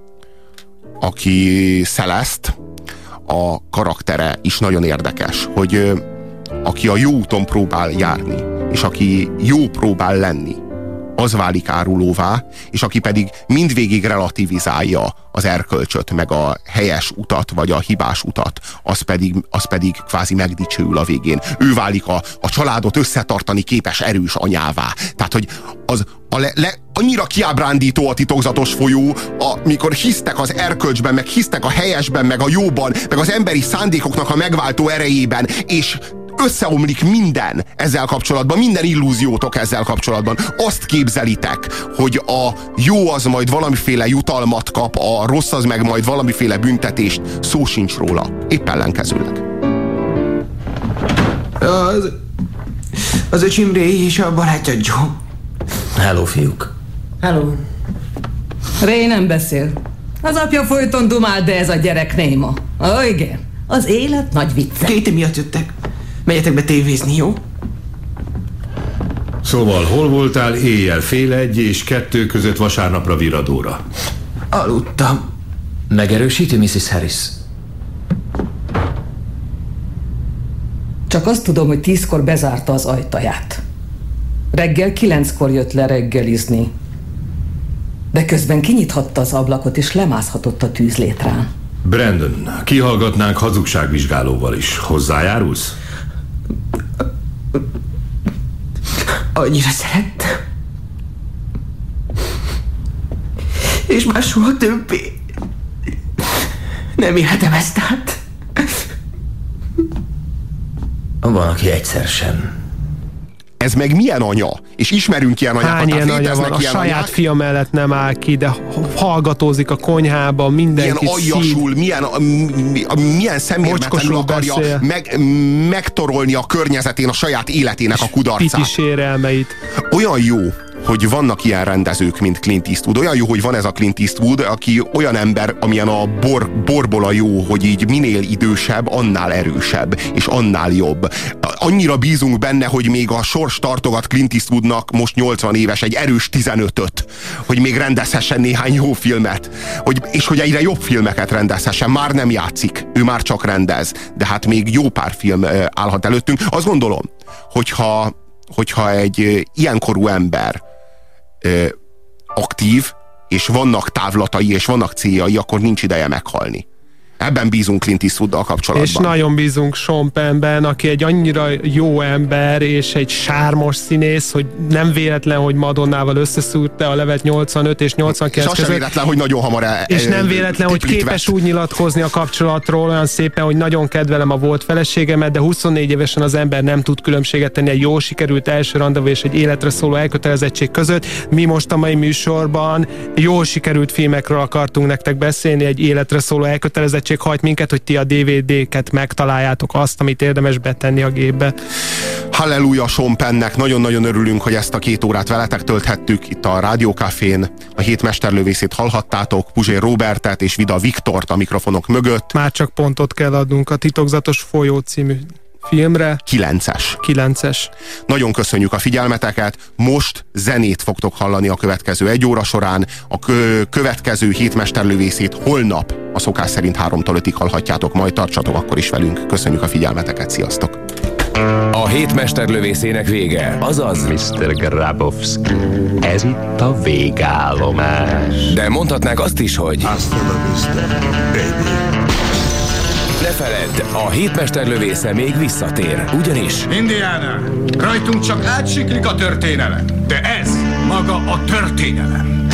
aki Celeste, a karaktere is nagyon érdekes, hogy ö, aki a jó úton próbál járni, és aki jó próbál lenni, az válik árulóvá, és aki pedig mindvégig relativizálja az erkölcsöt, meg a helyes utat, vagy a hibás utat, az pedig, az pedig kvázi megdicsőül a végén. Ő válik a, a családot összetartani képes erős anyává. Tehát, hogy az a le, le, annyira kiábrándító a titokzatos folyó, amikor hisztek az erkölcsben, meg hisztek a helyesben, meg a jóban, meg az emberi szándékoknak a megváltó erejében, és összeomlik minden ezzel kapcsolatban, minden illúziótok ezzel kapcsolatban. Azt képzelitek, hogy a jó az majd valamiféle jutalmat kap, a rossz az meg majd valamiféle büntetést, szó sincs róla. Épp ellenkezőleg. Az, az öcsim Ray és a barátja Joe. Hello, fiúk. Hello. Ray nem beszél. Az apja folyton dumál, de ez a gyerek néma. Ó, oh, igen. Az élet nagy vicce. Kéti miatt jöttek. Menjetek be tévézni, jó? Szóval hol voltál éjjel fél egy és kettő között vasárnapra Viradóra? Aludtam. Megerősíti, missziz Harris? Csak azt tudom, hogy tízkor bezárta az ajtaját. Reggel kilenckor jött le reggelizni. De közben kinyithatta az ablakot, és lemászhatott a tűzlétrán. Brandon, kihallgatnánk hazugságvizsgálóval is. Hozzájárulsz? Annyira szerettem. És már soha többé nem élhetem ezt át. Van, aki egyszer sem. Ez meg milyen anya? És ismerünk ilyen anyákat. Hány ilyen anya van? A saját anyák? Fia mellett nem áll ki, de hallgatózik a konyhában, mindenkit milyen aljasul, milyen, milyen szemérmetlenül akarja meg, megtorolni a környezetén, a saját életének a kudarcát. Piti sérelmeit. Olyan jó, hogy vannak ilyen rendezők, mint Clint Eastwood. Olyan jó, hogy van ez a Clint Eastwood, aki olyan ember, amilyen a bor, borból a jó, hogy így minél idősebb, annál erősebb, és annál jobb. Annyira bízunk benne, hogy még a sors tartogat Clint Eastwoodnak, most nyolcvan éves, egy erős tizenötöt, hogy még rendezhessen néhány jó filmet, hogy, és hogy egyre jobb filmeket rendezhessen. Már nem játszik, ő már csak rendez, de hát még jó pár film állhat előttünk. Azt gondolom, hogyha, hogyha egy ilyenkorú ember aktív, és vannak távlatai, és vannak céljai, akkor nincs ideje meghalni. Ebben bízunk Clint Eastwooddal kapcsolatban. És nagyon bízunk Sean Pennben, aki egy annyira jó ember, és egy sármos színész, hogy nem véletlen, hogy Madonnával összeszúrta a levet nyolcvanöt és nyolcvankilenc között. És az sem véletlen, hogy nagyon hamar el, És nem véletlen, hogy képes úgy nyilatkozni a kapcsolatról olyan szépen, hogy nagyon kedvelem a volt feleségemet, de huszonnégy évesen az ember nem tud különbséget tenni egy jól sikerült első randevú és egy életre szóló elkötelezettség között. Mi most a mai műsorban jól sikerült filmekről akartunk nektek beszélni, egy életre szóló elkötelezettség hajt minket, hogy ti a dé vé dé-ket megtaláljátok, azt, amit érdemes betenni a gépbe. Halleluja Sean Pennnek, nagyon-nagyon örülünk, hogy ezt a két órát veletek tölthettük itt a Rádiókafén. A hét mesterlövészét hallhattátok, Puzsér Robertet és Vida Viktort a mikrofonok mögött. Már csak pontot kell adnunk a Titokzatos folyó című filmre. Kilences. Kilences. Nagyon köszönjük a figyelmeteket. Most zenét fogtok hallani a következő egy óra során. A kö- következő hét mesterlövészét holnap a szokás szerint háromtól ötig hallhatjátok, majd tartsatok akkor is velünk. Köszönjük a figyelmeteket, sziasztok! A hét mesterlövészének vége, azaz miszter Grabowski, ez itt a végállomás. De mondhatnák azt is, hogy Hasta la vista, baby. Ne feledd, a hét mesterlövésze még visszatér, ugyanis Indiana, rajtunk csak átsiklik a történelem, de ez maga a történelem.